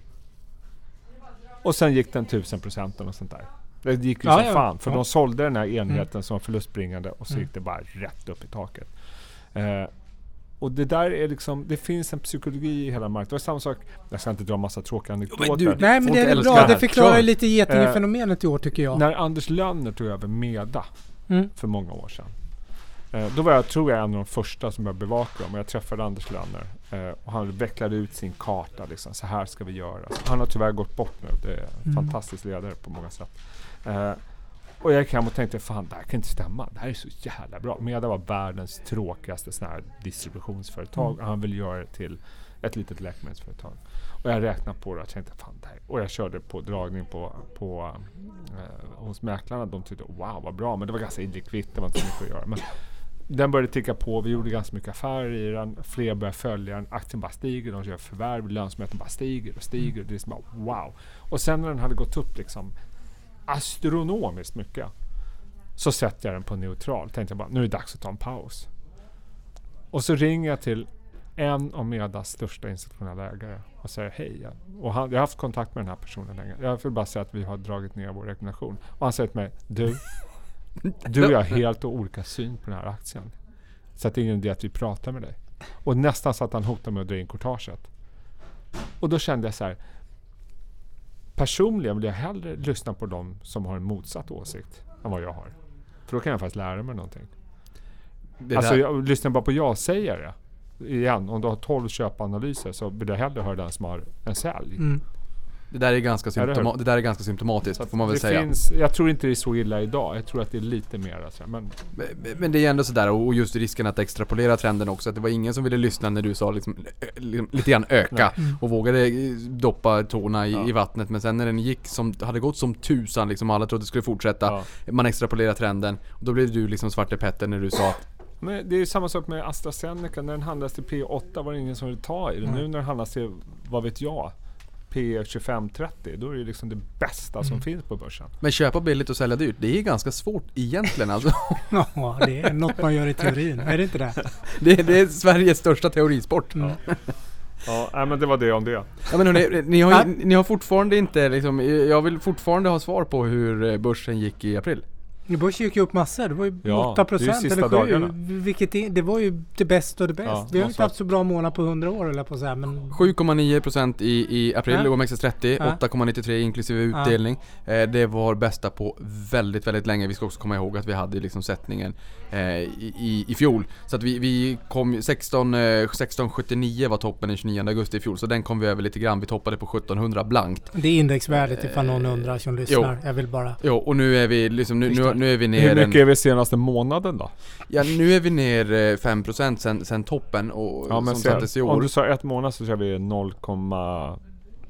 Och sen gick den tusen procenten och sånt där. Det gick ju ja, som ja. fan. För ja. de sålde den här enheten mm. som var förlustbringande och så mm. gick det bara rätt upp i taket. Eh, och det där är liksom, det finns en psykologi i hela marknaden. Det är samma sak, jag ska inte dra massa tråkiga anekdoter. Men du, nej men det är bra, det förklarar lite Getinge-fenomenet i år tycker jag. När Anders Lönner tog över Meda mm. för många år sedan. Eh, då var jag, tror jag, en av de första som började bevaka dem. Och jag träffade Anders Lönner. Eh, och han vecklade ut sin karta. Liksom, så här ska vi göra. Så han har tyvärr gått bort nu. Det är en mm. fantastisk ledare på många sätt. Eh, och jag gick hem och tänkte, fan, det här kan inte stämma. Det här är så jävla bra. Meda var världens tråkigaste sån här distributionsföretag. Mm. Och han vill göra det till ett litet läkemedelsföretag. Och jag räknade på det och tänkte, fan, det här. Och jag körde på dragning på, på eh, hos mäklarna. De tyckte, wow, vad bra. Men det var ganska illikvitt, det var inte så mycket att göra. Men den började ticka på, vi gjorde ganska mycket affärer i den. Fler började följa den, aktien bara stiger, de gör förvärv, lönsamheten bara stiger och stiger. Det är som bara, wow. Och sen när den hade gått upp liksom astronomiskt mycket, så sätter jag den på neutral. Tänkte jag bara, nu är det dags att ta en paus. Och så ringer jag till en av Medas största institutionella ägare och säger hej. Och han, jag har haft kontakt med den här personen länge. Jag vill bara säga att vi har dragit ner vår rekommendation. Och han säger till mig, du, du och jag har helt olika syn på den här aktien. Så att det är ingen idé att vi pratar med dig. Och nästan så att han hotar med att dra in kortaget. Och då kände jag så här, personligen vill jag hellre lyssna på dem som har en motsatt åsikt än vad jag har. För då kan jag faktiskt lära mig någonting. Alltså jag lyssnar bara på jag säger det. Igen, om du har tolv köpanalyser så vill jag hellre höra den som har en sälj. Mm. Det där är ganska, symptoma- det där är ganska symptomatiskt, får man väl det säga. Finns, jag tror inte det är så illa idag. Jag tror att det är lite mer. Alltså, men... men det är ändå sådär, och just risken att extrapolera trenden också. Att det var ingen som ville lyssna när du sa liksom, lite grann öka mm. och vågade doppa tårna i, ja. i vattnet. Men sen när den gick som, hade gått som tusan, liksom, alla trodde det skulle fortsätta. Ja. Man extrapolerar trenden. Och då blev du liksom Svarte Petter när du sa att men det är ju samma sak med AstraZeneca. När den handlas till P åtta var det ingen som ville ta i det. Mm. Nu när den handlas till, vad vet jag, P tjugofem trettio, då är det liksom det bästa som mm. finns på börsen. Men köpa billigt och sälja dyrt, det är ganska svårt egentligen alltså. Ja, det är något man gör i teorin, är det inte det? det, det är Sveriges största teorisport. Mm. Ja. Ja, nej, men det var det om det. Ja, men hörni, ni, har, ni har fortfarande inte liksom, jag vill fortfarande ha svar på hur börsen gick i april. Börsen gick ju upp massor. Det var ju ja, åtta procent eller sju. Dagarna. Vilket är, det var ju det bästa och det bästa. Ja, vi har inte haft så bra månad på hundra år eller på så här, men sju komma nio procent i, i april ja. O M X S trettio, ja. åtta komma nittiotre inklusive utdelning. Ja. Eh, det var bästa på väldigt, väldigt länge. Vi ska också komma ihåg att vi hade liksom sättningen eh, i, i, i fjol. Så att vi, vi kom sexton sjuttionio var toppen den tjugonionde augusti i fjol. Så den kom vi över lite grann. Vi toppade på sjuttonhundra blankt. Det är indexvärdet ifall någon undrar som lyssnar. Jo. Jag vill bara... Jo, och nu är vi liksom, nu, nu, nu är vi ner. Hur mycket en, är vi senaste månaden då? Ja, nu är vi ner fem procent sen, sen toppen och ja, men som ser, sattes i år. Om du sa ett månad så ser vi noll komma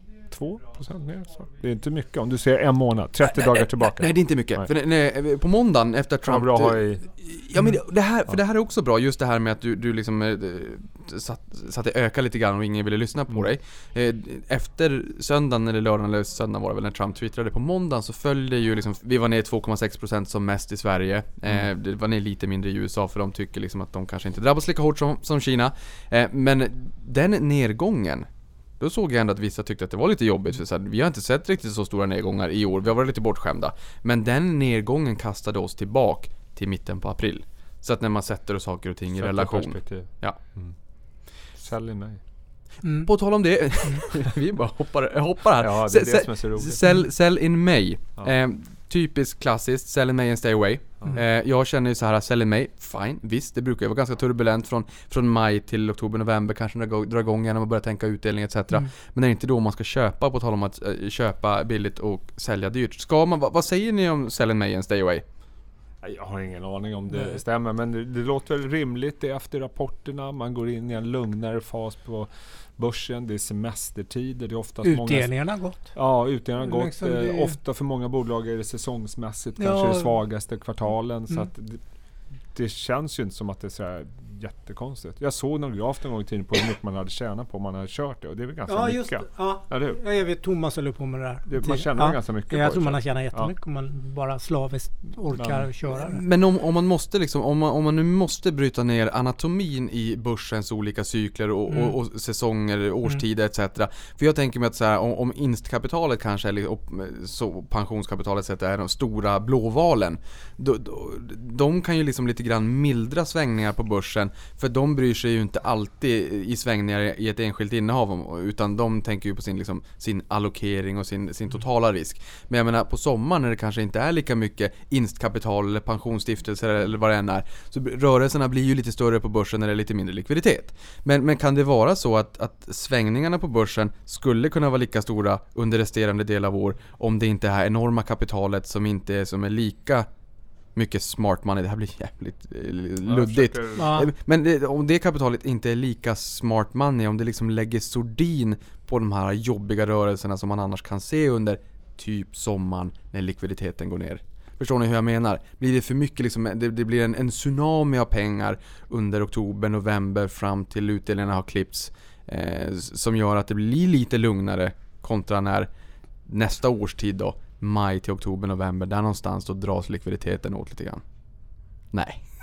två procent ner. Så. Det är inte mycket. Om du ser en månad, trettio dagar tillbaka. Nej, det är inte mycket. För nej, på måndagen efter Trump... Ja, bra i... ja men det här, för det här är också bra. Just det här med att du, du liksom eh, satt, satt öka lite grann och ingen ville lyssna på mm. dig. Eh, efter söndagen eller lördagen eller söndagen var det väl när Trump twittrade. På måndagen så följde ju liksom... Vi var ner två komma sex procent som mest i Sverige. Eh, mm. Det var ner lite mindre i U S A för de tycker liksom att de kanske inte drabbas lika hårt som, som Kina. Eh, men den nedgången... Då såg jag ändå att vissa tyckte att det var lite jobbigt för så här, vi har inte sett riktigt så stora nedgångar i år. Vi har varit lite bortskämda. Men den nedgången kastade oss tillbaka till mitten på april. Så att när man sätter och saker och ting sätter i relation. Perspektiv. Ja. Mm. Sälj i mig. Mm. På tal om det, vi bara hoppar, hoppar här. Ja, det är det som är så roligt. Sell, sell in May. Ja. Eh, typiskt klassiskt, sell in May and stay away. Mm. Eh, jag känner ju så här, sell in May, fine, visst, det brukar ju vara ganska turbulent från, från maj till oktober, november, kanske dra igång igen när man börjar tänka utdelning et cetera. Mm. Men det är inte då man ska köpa, på tal om att eh, köpa billigt och sälja dyrt. Ska man, vad, vad säger ni om sell in May and stay away? Jag har ingen aning om det Nej. stämmer, men det, det låter väl rimligt. Det är efter rapporterna, man går in i en lugnare fas på börsen, det är semestertider, det är oftast utdelningarna många... gått. Ja, utdelningarna har gått. Liksom det... Ofta för många bolag är det säsongsmässigt ja. kanske det svagaste kvartalen, mm. så att det, det känns ju inte som att det är så här jättekonstigt. Jag såg någon graf en gång i tiden på hur mycket man hade tjänat på om man hade kört det, och det är väl ganska ja, mycket. Just, ja, ja, jag vet, Thomas höll på med det där. Det, man tjänar ja. ganska mycket jag på Jag tror det, man har tjänat jättemycket ja. om man bara slaviskt orkar men, köra det. Men om, om man måste liksom, om man, om man nu måste bryta ner anatomin i börsens olika cykler och, mm. och, och säsonger, årstider mm. et cetera. För jag tänker mig att så här, om, om instkapitalet kanske eller och, så pensionskapitalet et cetera är de stora blåvalen. Då, då, de kan ju liksom lite grann mildra svängningar på börsen, för de bryr sig ju inte alltid i svängningar i ett enskilt innehav, utan de tänker ju på sin, liksom, sin allokering och sin, sin totala risk. Men jag menar, på sommaren när det kanske inte är lika mycket instkapital eller pensionsstiftelser eller vad det än är, så rörelserna blir ju lite större på börsen när det är lite mindre likviditet. Men, men kan det vara så att, att svängningarna på börsen skulle kunna vara lika stora under resterande del av år om det inte är här enorma kapitalet som inte är, som är lika mycket smart money? Det här blir jävligt eh, luddigt. Ja. Men det, om det kapitalet inte är lika smart money, om det liksom lägger sordin på de här jobbiga rörelserna som man annars kan se under typ sommaren när likviditeten går ner. Förstår ni hur jag menar? Blir det för mycket liksom, det, det blir en, en tsunami av pengar under oktober, november fram till utdelningarna har klippts, eh, som gör att det blir lite lugnare kontra när nästa årstid då, maj till oktober, november, där någonstans då dras likviditeten åt lite grann. Nej.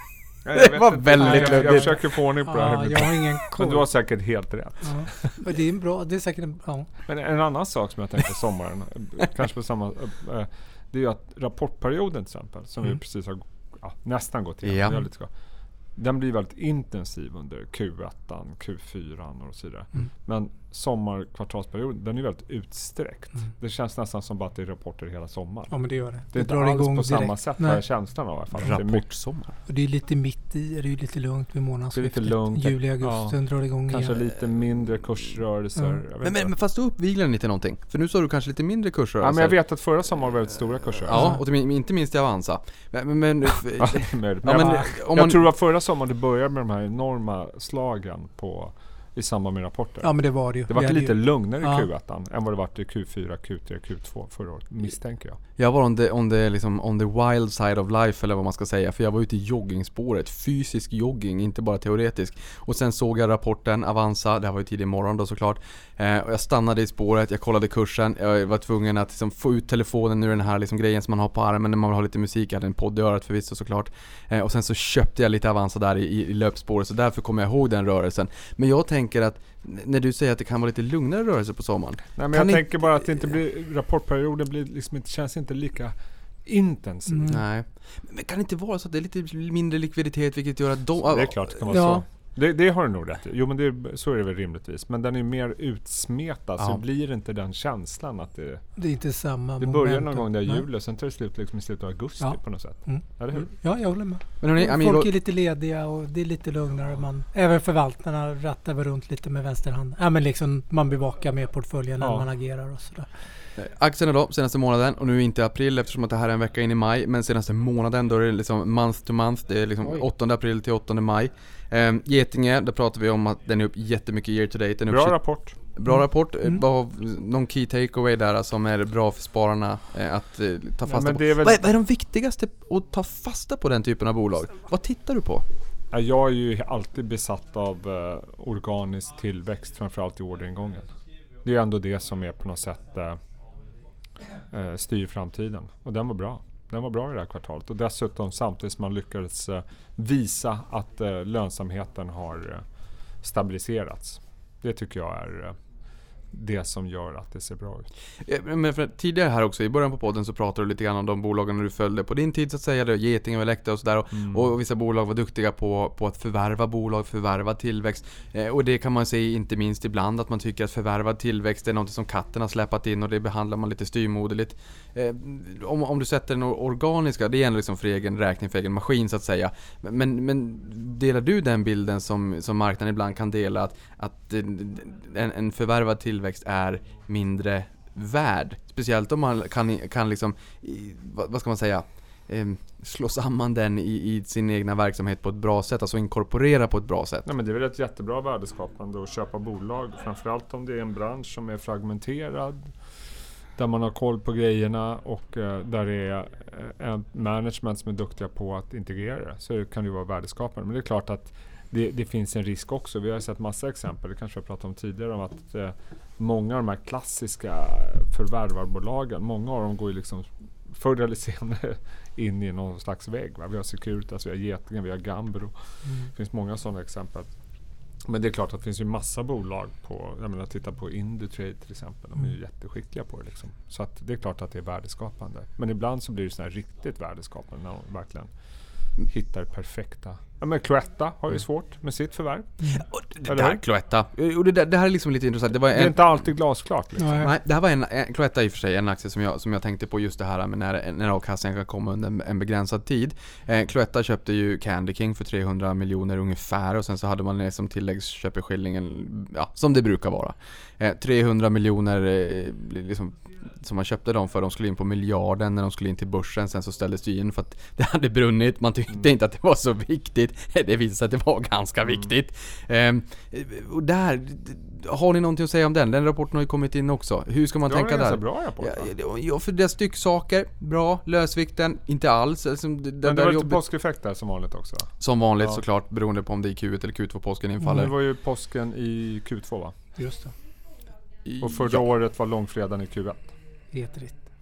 Det var väldigt jag, jag försöker få ordning på ja, det här. Jag har ingen koll. Men du har säkert helt rätt. Ja. Det är bra, det är säkert en, ja. Men en annan sak som jag tänkte på sommaren, kanske på samma, det är ju att rapportperioden till exempel, som mm. vi precis har ja, nästan gått igenom, ja. lite ska, den blir väldigt intensiv under Q ett, Q fyra och så vidare. Mm. Men sommarkvartalsperioden, den är väldigt utsträckt. Mm. Det känns nästan som bara att det är rapporter hela sommaren. Ja, men det gör det. Det är det inte alls igång på direkt. samma sätt vad känslan av i alla fall. Rapportsommar. Och det är lite mitt i, det är lite lugnt vid månadsskiftet. Det är lite lugnt. Juli, augusti, ja. drar igång Kanske igen. lite mindre kursrörelser. Mm. Men, men, men fast då uppviglar lite någonting. För nu sa du kanske lite mindre kursrörelser. Ja, men jag vet att förra sommaren var väldigt stora kursrörelser. Ja, och inte minst i Avanza. Men, men, ja, men, ja, men, om man, jag tror att förra sommaren det började med de här enorma slagen på i samband med rapporter. Ja, men det var det ju. Det var det lite ju. lugnare i ja. Q ett än vad det var i Q fyra, Q tre, Q två förra året, misstänker jag. Jag var on the, on the, liksom, on the wild side of life, eller vad man ska säga. För jag var ute i joggingspåret. Fysisk jogging, inte bara teoretisk. Och sen såg jag rapporten Avanza. Det här var ju tidig morgon då såklart. Eh, och jag stannade i spåret, jag kollade kursen. Jag var tvungen att liksom, få ut telefonen ur den här liksom, grejen som man har på armen när man vill ha lite musik. Jag hade en podd i örat förvisso såklart. Eh, och sen så köpte jag lite Avanza där i, i löpspåret. Så därför kommer jag ihåg den rörelsen. Men jag tänker att när du säger att det kan vara lite lugnare rörelse på sommaren. Nej, men kan jag ni... tänker bara att det inte blir, rapportperioden blir liksom inte, känns inte lika intensiv. Mm. Nej. Men kan det inte vara så att det är lite mindre likviditet, vilket gör att de... Det är klart det kan vara ja. så. Det, det har du nog rätt i. Jo, men det, så är det väl rimligtvis. Men den är mer utsmetad, ja. Så blir det inte den känslan att det... Det är inte samma Det börjar någon gång där i jul och sen tar det slut liksom i slutet av augusti ja. på något sätt. Mm. Eller hur? Ja, jag håller med. Men hörni, Folk amigo... är lite lediga och det är lite lugnare. Man, även förvaltarna rattar väl runt lite med vänsterhand. Ja, men liksom man bevakar med portföljen när ja. man agerar och sådär. Aktierna då, senaste månaden, och nu inte april eftersom att det här är en vecka in i maj, men senaste månaden då är det liksom month to month, det är liksom Oj. åttonde april till åttonde maj. Um, Getinge, där pratar vi om att den är upp jättemycket year to date. Den är bra upp rapport. Bra rapport, mm. bara någon key takeaway där som är bra för spararna eh, att eh, ta fasta Nej, på. Väl... Vad, är, vad är de viktigaste att ta fasta på den typen av bolag? Vad tittar du på? Ja, jag är ju alltid besatt av eh, organisk tillväxt, framförallt i orderingången. Det är ändå det som är på något sätt eh, styr framtiden. Och den var bra. Den var bra i det här kvartalet. Och dessutom samtidigt som man lyckades eh, visa att eh, lönsamheten har eh, stabiliserats. Det tycker jag är eh, det som gör att det ser bra ut. Ja, men för tidigare här också, i början på podden så pratade du lite grann om de bolagen du följde på din tid så att säga, det Getinge och Elekta och sådär och, mm. och vissa bolag var duktiga på, på att förvärva bolag, förvärva tillväxt eh, och det kan man se inte minst ibland att man tycker att förvärvad tillväxt är något som katten har släppt in och det behandlar man lite styrmoderligt. Eh, om, om du sätter den organiska, det är ändå liksom för egen räkning, för egen maskin så att säga. Men, men delar du den bilden som, som marknaden ibland kan dela att, att en, en förvärvad tillväxt är mindre värd, speciellt om man kan, kan liksom i, vad, vad ska man säga eh, slå samman den i, i sin egna verksamhet på ett bra sätt, alltså inkorporera på ett bra sätt. Nej, men det är väl ett jättebra värdeskapande att köpa bolag, framförallt om det är en bransch som är fragmenterad, där man har koll på grejerna och eh, där det är eh, en management som är duktiga på att integrera det, så kan det ju vara värdeskapande. Men det är klart att Det, det finns en risk också. Vi har sett massa exempel, det kanske jag pratade om tidigare, om att eh, många av de här klassiska förvärvarbolagen, många av dem går ju liksom förr eller senare in i någon slags vägg. Va? Vi har Securitas, vi har Getinge, vi har Gambro. Mm. Det finns många sådana exempel. Men det är klart att det finns ju massa bolag på, jag menar titta på Indutrade till exempel, de är ju jätteskickliga på det liksom. Så att det är klart att det är värdeskapande. Men ibland så blir det sådana här riktigt värdeskapande när de verkligen hittar perfekta. Ja, men Cloetta har ju svårt med sitt förvärv. Mm. Och det där Cloetta. Och det, där, det här är liksom lite intressant. Det, var en, det är inte alltid glasklart. Liksom. Nej, det här var en, en Cloetta i och för sig, en aktie som jag, som jag tänkte på just det här med när, när avkastningen kan komma under en, en begränsad tid. Eh, Cloetta köpte ju Candy King för trehundra miljoner ungefär och sen så hade man det som tilläggsköpeskillingen, ja, som det brukar vara. Eh, trehundra miljoner eh, liksom, som man köpte dem för, de skulle in på miljarden när de skulle in till börsen, sen så ställdes det in för att det hade brunnit, man tyckte mm. inte att det var så viktigt. Det visade sig att det var ganska mm. viktigt. Ehm, och där, har ni någonting att säga om den? Den rapporten har ju kommit in också. Hur ska man ja, tänka där? Det är en bra rapport. Ja, ja, för det är stycksaker, bra, lösvikten, inte alls. Alltså, det, Men det där var lite jobbet, påskeffekt där som vanligt också. som vanligt ja. såklart, beroende på om det är Q ett eller Q två påsken infaller. Mm, det var ju påsken i Q två, va? Just det. Och förra ja. året var långfredagen i Q ett. Helt rätt.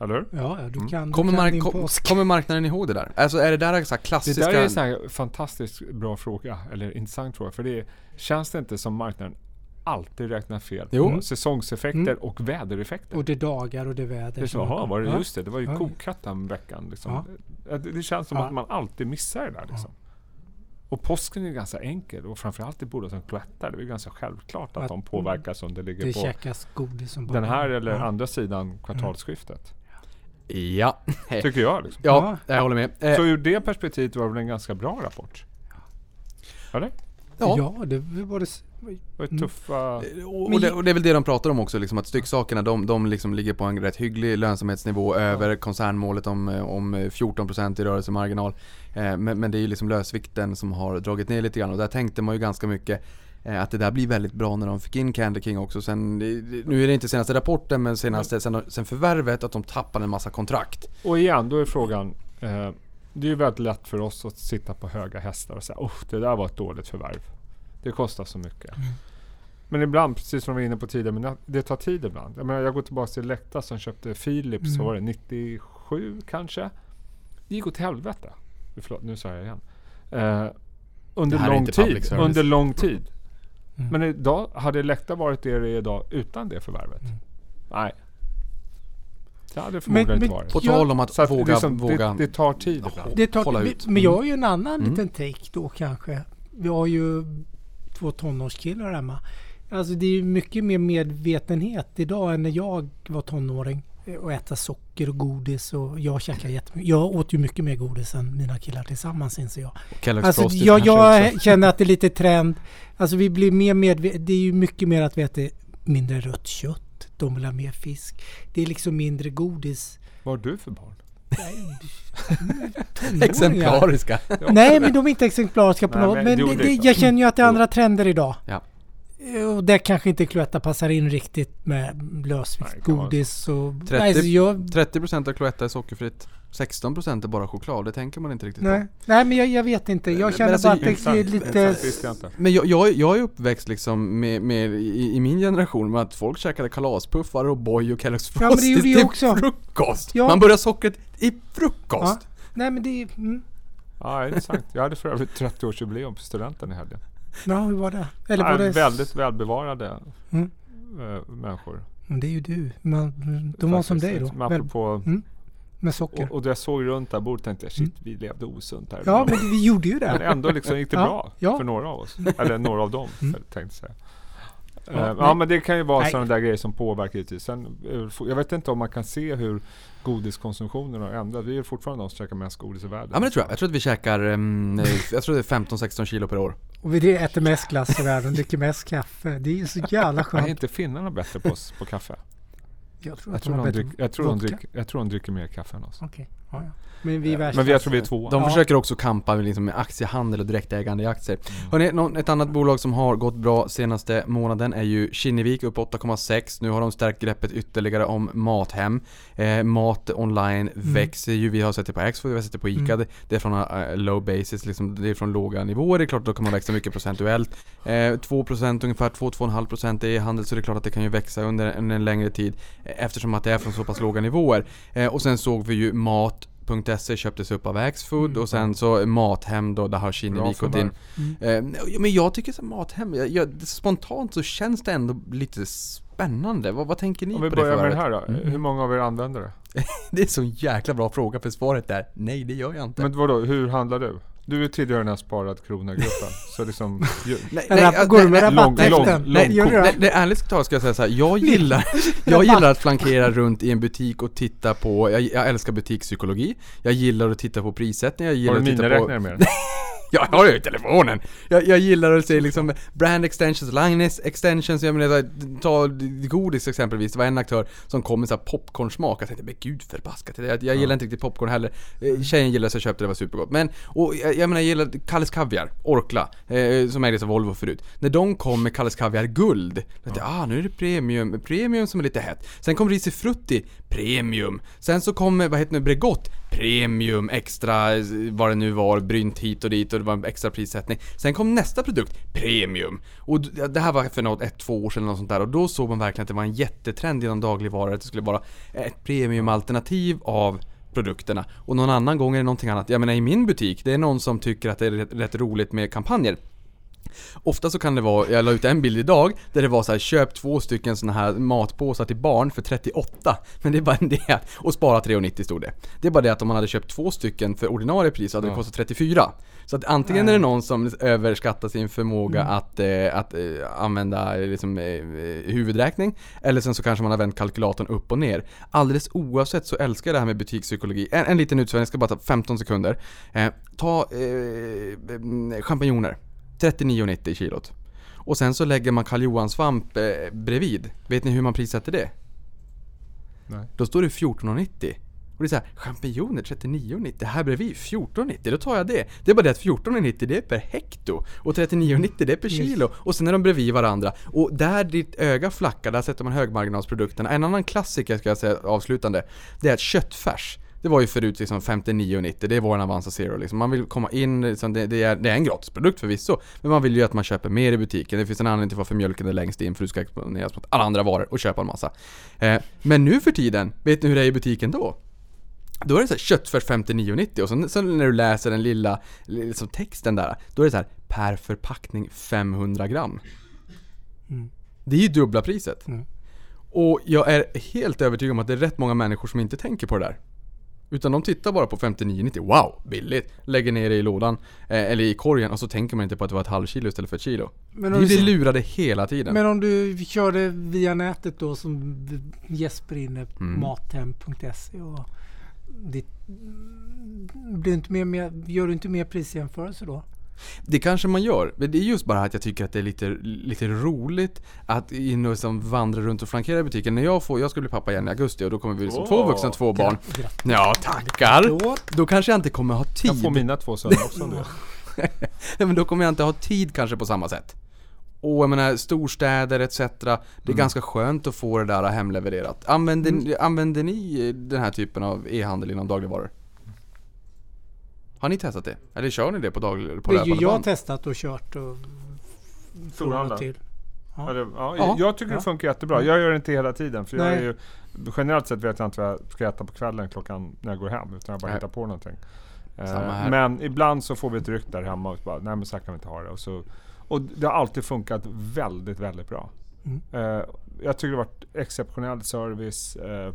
eller? Ja, du kan, Mm. du Kommer, kan mark- din kom, påsk. kommer marknaden ihåg det där? Alltså är det där så här klassiska... Det där är en sån här fantastiskt bra fråga, eller intressant fråga, för det känns det inte som marknaden alltid räknar fel. Jo. Mm. Säsongseffekter mm. och vädereffekter. Och det dagar och det väder. Det är så, aha, var det ja. just det. Det var ju ja. kokat den veckan. Liksom. Ja. Det, det känns som ja. att man alltid missar det där. Liksom. Ja. Och påsken är ganska enkel. Och framförallt i bolag som Cloetta. Det är ganska självklart att, att de påverkas om det ligger det på käkas godis som bara den här eller ja. andra sidan kvartalsskiftet. Ja. Tycker jag. Liksom. Ja, jag håller med. Eh. Så ur det perspektivet var det en ganska bra rapport. Eller? Ja, ja det var det... Och tuffa... Och det, och det är väl det de pratar om också, liksom, att stycksakerna de, de liksom ligger på en rätt hygglig lönsamhetsnivå över ja. koncernmålet om, om fjorton procent i rörelsemarginal. Eh, men, men det är ju liksom lösvikten som har dragit ner lite grann, och där tänkte man ju ganska mycket eh, att det där blir väldigt bra när de fick in Candy King också. Sen, nu är det inte senaste rapporten, men senaste, sen, sen förvärvet att de tappade en massa kontrakt. Och igen, då är frågan... Eh, det är ju väldigt lätt för oss att sitta på höga hästar och säga oh, det där var ett dåligt förvärv. Det kostar så mycket. Mm. Men ibland, precis som vi var inne på tidigare, men det tar tid ibland. Jag menar, jag går tillbaka till Elekta som köpte Philips, mm. så var det nittiosju kanske. Det gick åt helvete. Förlåt, nu sa jag igen. Eh, under lång tid. Under lång tid. Mm. Men idag, hade Elekta varit det det är idag utan det förvärvet? Mm. Nej. Det hade förmodligen men, inte varit. På tal om att, att våga, liksom, våga... Det, det tar tid ibland. Det tar, men, men jag har ju en annan mm. liten take då kanske. Vi har ju två tonårskillar hemma. Alltså det är ju mycket mer medvetenhet idag än när jag var tonåring och äta socker och godis, och jag käkar jättemycket. Jag åt ju mycket mer godis än mina killar tillsammans, inser jag. Alltså jag, jag känner att det är lite trend. Alltså vi blir mer medvetna. Det är ju mycket mer att vi äter mindre rött kött. De vill ha mer fisk. Det är liksom mindre godis. Vad har du för barn? Exemplariska. Nej, men de är inte exemplariska på Nej, något. Men, men det, det, jag känner ju att det är andra trender idag. Ja. Och det kanske inte Cloetta passar in riktigt med lösvikt, godis och... trettio, Nej, jag, trettio procent av Cloetta är sockerfritt. sexton procent är bara choklad. Det tänker man inte riktigt Nej. på. Nej, men jag, jag vet inte. Jag men, känner men bara alltså, att det är lite... Men jag, jag, jag är uppväxt liksom med, med, i, i min generation med att folk käkade kalaspuffar och boy och Kellogg's ja, men det gjorde till också. frukost. Ja. Man börjar sockret i frukost. Ja. Nej, men det är... Mm. Ja, det är sant. Jag hade för övrigt trettio-årsjubileum på studenten i helgen. Ja, hur var det? Eller ja, var det... Väldigt välbevarade mm. äh, människor. Men det är ju du. Man, de var som dig då. Men apropå, mm. Med socker. Och, och det jag såg runt där bordet tänkte jag, shit, mm. vi levde osunt här. Ja, men vi gjorde ju det. Men ändå liksom gick det ja, bra ja. för några av oss. Eller några av dem, mm. tänkte jag säga. Ja, uh, ja, men det kan ju vara sådana där grejer som påverkar lite. Sen, jag vet inte om man kan se hur godiskonsumtionen har ändrat. Vi är fortfarande de som käkar mest godis i världen. Ja, men det tror jag. Jag tror att vi käkar um, jag tror det är femton sexton kilo per år. Och vi äter mest glass i världen, dricker mest kaffe. Det är ju så jävla skönt. Är inte finnarna bättre på oss på kaffe? Jag tror, jag tror, de, de, drick, jag, tror de drick, jag tror de dricker mer kaffe än oss. Okej, okay. ja, ja. Men vi, men vi, jag tror vi är två. De ja. försöker också kampa liksom med aktiehandel och direktägande i aktier. Mm. Hörrni, någon, ett annat bolag som har gått bra senaste månaden är ju Kinnevik, upp åtta komma sex. Nu har de stärkt greppet ytterligare om Mathem. Eh, mat online mm. växer ju. Vi har sett det på Axfood, vi har sett det på Ica. Mm. Det är från uh, low basis, liksom, det är från låga nivåer. Det är klart att då kan man växa mycket procentuellt. Eh, två procent ungefär, två till två komma fem procent i handel, så det är klart att det kan ju växa under, under en längre tid eh, eftersom att det är från så pass låga nivåer. Eh, och sen såg vi ju mat .se köptes upp av Axfood mm. och sen så Mathem då, där har Kinnevik gått in. Mm. Eh, men jag tycker så Mathem, jag, jag, spontant så känns det ändå lite spännande. Vad, vad tänker ni på det? Om vi börjar med det här då. Mm. Hur många av er använder det? Det är så en jäkla bra fråga, för svaret där. Nej, det gör jag inte. Men vadå, hur handlar du? Du är tidigare den här sparad krona-gruppen. Så liksom... Ju, nej, nej, går du med rabatt efter? Nej, nej, nej, ärligt talat ska jag säga så här. Jag gillar, jag gillar att flankera runt i en butik och titta på... Jag, jag älskar butikspsykologi. Jag gillar att titta på prissättning. Jag gillar har du att titta på... med? Ja, jag har ju telefonen. Jag, jag gillar att se liksom brand extensions, line extensions. Jag menar, ta godis exempelvis. Det var en aktör som kom med så här popcornsmak. Jag tänkte, men gud förbaskat. Jag, jag gillar ja. inte riktigt popcorn heller. Tjejen gillade så jag köpte det, var supergott. Men, och jag, jag menar, jag gillar Kalles Kaviar, Orkla, eh, som ägdes av Volvo förut. När de kom med Kalles Kaviar guld, jag tänkte, ja. ah, nu är det premium. Premium som är lite hett. Sen kom Risifrutti, premium. Sen så kom, vad heter det, Bregott, premium, extra, vad det nu var, brynt hit och dit och det var en extra prissättning. Sen kom nästa produkt, premium. Och det här var för något, ett, två år sedan eller något sånt där. Och då såg man verkligen att det var en jättetrend inom dagligvaror, att det skulle vara ett premiumalternativ av produkterna. Och någon annan gång är det någonting annat. Jag menar i min butik, det är någon som tycker att det är rätt, rätt roligt med kampanjer. Ofta så kan det vara, jag la ut en bild idag där det var så här, köp två stycken såna här matpåsar till barn för trettioåtta, men det är bara det, och spara tre nittio stod det. Det är bara det att om man hade köpt två stycken för ordinarie pris så hade det kostat trettiofyra. Så att antingen är det någon som överskattar sin förmåga mm. att, eh, att eh, använda liksom, eh, huvudräkning, eller sen så kanske man har vänt kalkylatorn upp och ner. Alldeles oavsett så älskar jag det här med butikspsykologi. En, en liten utsvängning, jag ska bara ta femton sekunder. Eh, ta eh, champinjoner. trettionio nittio kilot. Och sen så lägger man Karl Johan-svamp eh, bredvid. Vet ni hur man prissätter det? Nej. Då står det fjorton nittio. Och det är så här, champinjoner trettionio nittio. Här bredvid fjorton nittio. Då tar jag det. Det är bara det att fjorton nittio det är per hekto. Och trettionio nittio det är per kilo. Och sen är de bredvid varandra. Och där ditt öga flackar, där sätter man högmarginalsprodukterna. En annan klassiker ska jag säga avslutande. Det är att köttfärs. Det var ju förut liksom femtionio nittio. Det är vår Avanza Zero liksom. Man vill komma in liksom, det, det, är, det är en gratisprodukt förvisso, men man vill ju att man köper mer i butiken. Det finns en anledning till varför mjölken är längst in, för du ska exponeras mot alla andra varor och köpa en massa. Eh, men nu för tiden, vet ni hur det är i butiken då? Då är det så här köttfärs femtionio nittio, och sen, sen när du läser den lilla liksom texten där, då är det så här per förpackning femhundra gram. Mm. Det är ju dubbla priset. Mm. Och jag är helt övertygad om att det är rätt många människor som inte tänker på det där. Utan de tittar bara på femtionio nittio. Wow, billigt. Lägger ner det i lådan eh, eller i korgen, och så tänker man inte på att det var ett halvkilo istället för ett kilo. Men vi blir så... lurade hela tiden. Men om du körde via nätet då, som Jesper inne på mm. mathem punkt se, och det blir inte mer, mer, gör du inte mer prisjämförelse då? Det kanske man gör, men det är just bara att jag tycker att det är lite, lite roligt att in och som vandra runt och flankera i butiken. När jag får, jag ska bli pappa igen i augusti, och då kommer vi som oh. två vuxna, två barn. Ja, tackar. Då kanske jag inte kommer ha tid. Jag får mina två söner också nu. Ja, men då kommer jag inte ha tid kanske på samma sätt. Och jag menar, storstäder et cetera. Det är mm. ganska skönt att få det där hemlevererat. Använder, mm. använder ni den här typen av e-handel inom dagligvaror? Har ni testat det? Eller kör ni det på daglig på löpande band? Jag har testat och kört och storhandla till. Ja. Ja, det, ja, ja. Jag tycker ja. det funkar jättebra. Jag gör det inte hela tiden, för jag är ju, generellt sett vet jag inte vad jag ska äta på kvällen klockan när jag går hem, utan jag bara hittar på någonting. Eh, men ibland så får vi ett ryck där hemma och bara, nej men så kan vi inte ha det. Och, så, och det har alltid funkat väldigt, väldigt bra. Mm. Eh, jag tycker det har varit exceptionell service. Eh,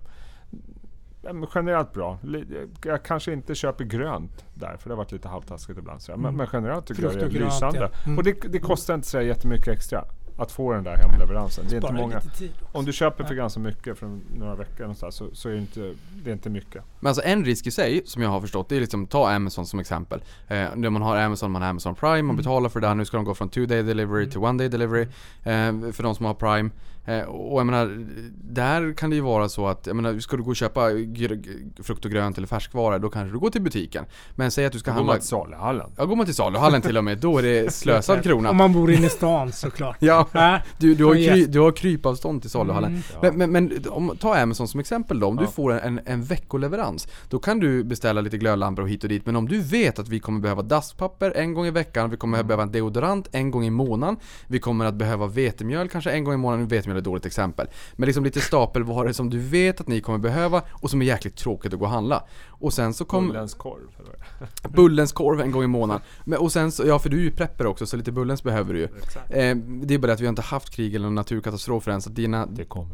generellt bra. Jag kanske inte köper grönt där, för det har varit lite halvtaskigt ibland. Så. Men, mm. men generellt tycker Frukt jag det är lysande. Ja. Mm. Och det, det kostar inte så jättemycket extra att få den där hemleveransen. Det är inte många. Om du köper för ganska mycket för några veckor så, så, så är det inte, det är inte mycket. Men alltså en risk i sig som jag har förstått, det är liksom, ta Amazon som exempel. Eh, när man har Amazon, man har Amazon Prime, man mm. betalar för det här. Nu ska de gå från two day delivery mm. till one day delivery eh, för de som har Prime. Eh, och jag menar, där kan det ju vara så att, jag menar, ska du gå och köpa gr- frukt och grönt eller färskvaror, då kanske du går till butiken. Men säg att du ska handla... Går man till saluhallen? Ja, går man till saluhallen till och med, då är det slösad krona. Om man bor inne i stan såklart. Ja, du, du, har kry, du har krypavstånd till saluhallen. Mm. Ja. Men, men, men om, ta Amazon som exempel då. Om ja. du får en, en, en veckoleverans, då kan du beställa lite glödlampor och hit och dit. Men om du vet att vi kommer behöva dasspapper en gång i veckan, vi kommer mm. behöva en deodorant en gång i månaden, vi kommer att behöva vetemjöl kanske en gång i månaden. Vetemjöl är ett dåligt exempel. Men liksom lite stapelvaror som du vet att ni kommer behöva och som är jäkligt tråkigt att gå och handla. Och sen så kommer... Bullens korv. Bullens korv en gång i månaden. Men, och sen så, ja, för du är ju prepper också, så lite bullens behöver du ju. Eh, det är bara att vi har inte haft krig eller någon naturkatastrof än, så dina... Det kommer.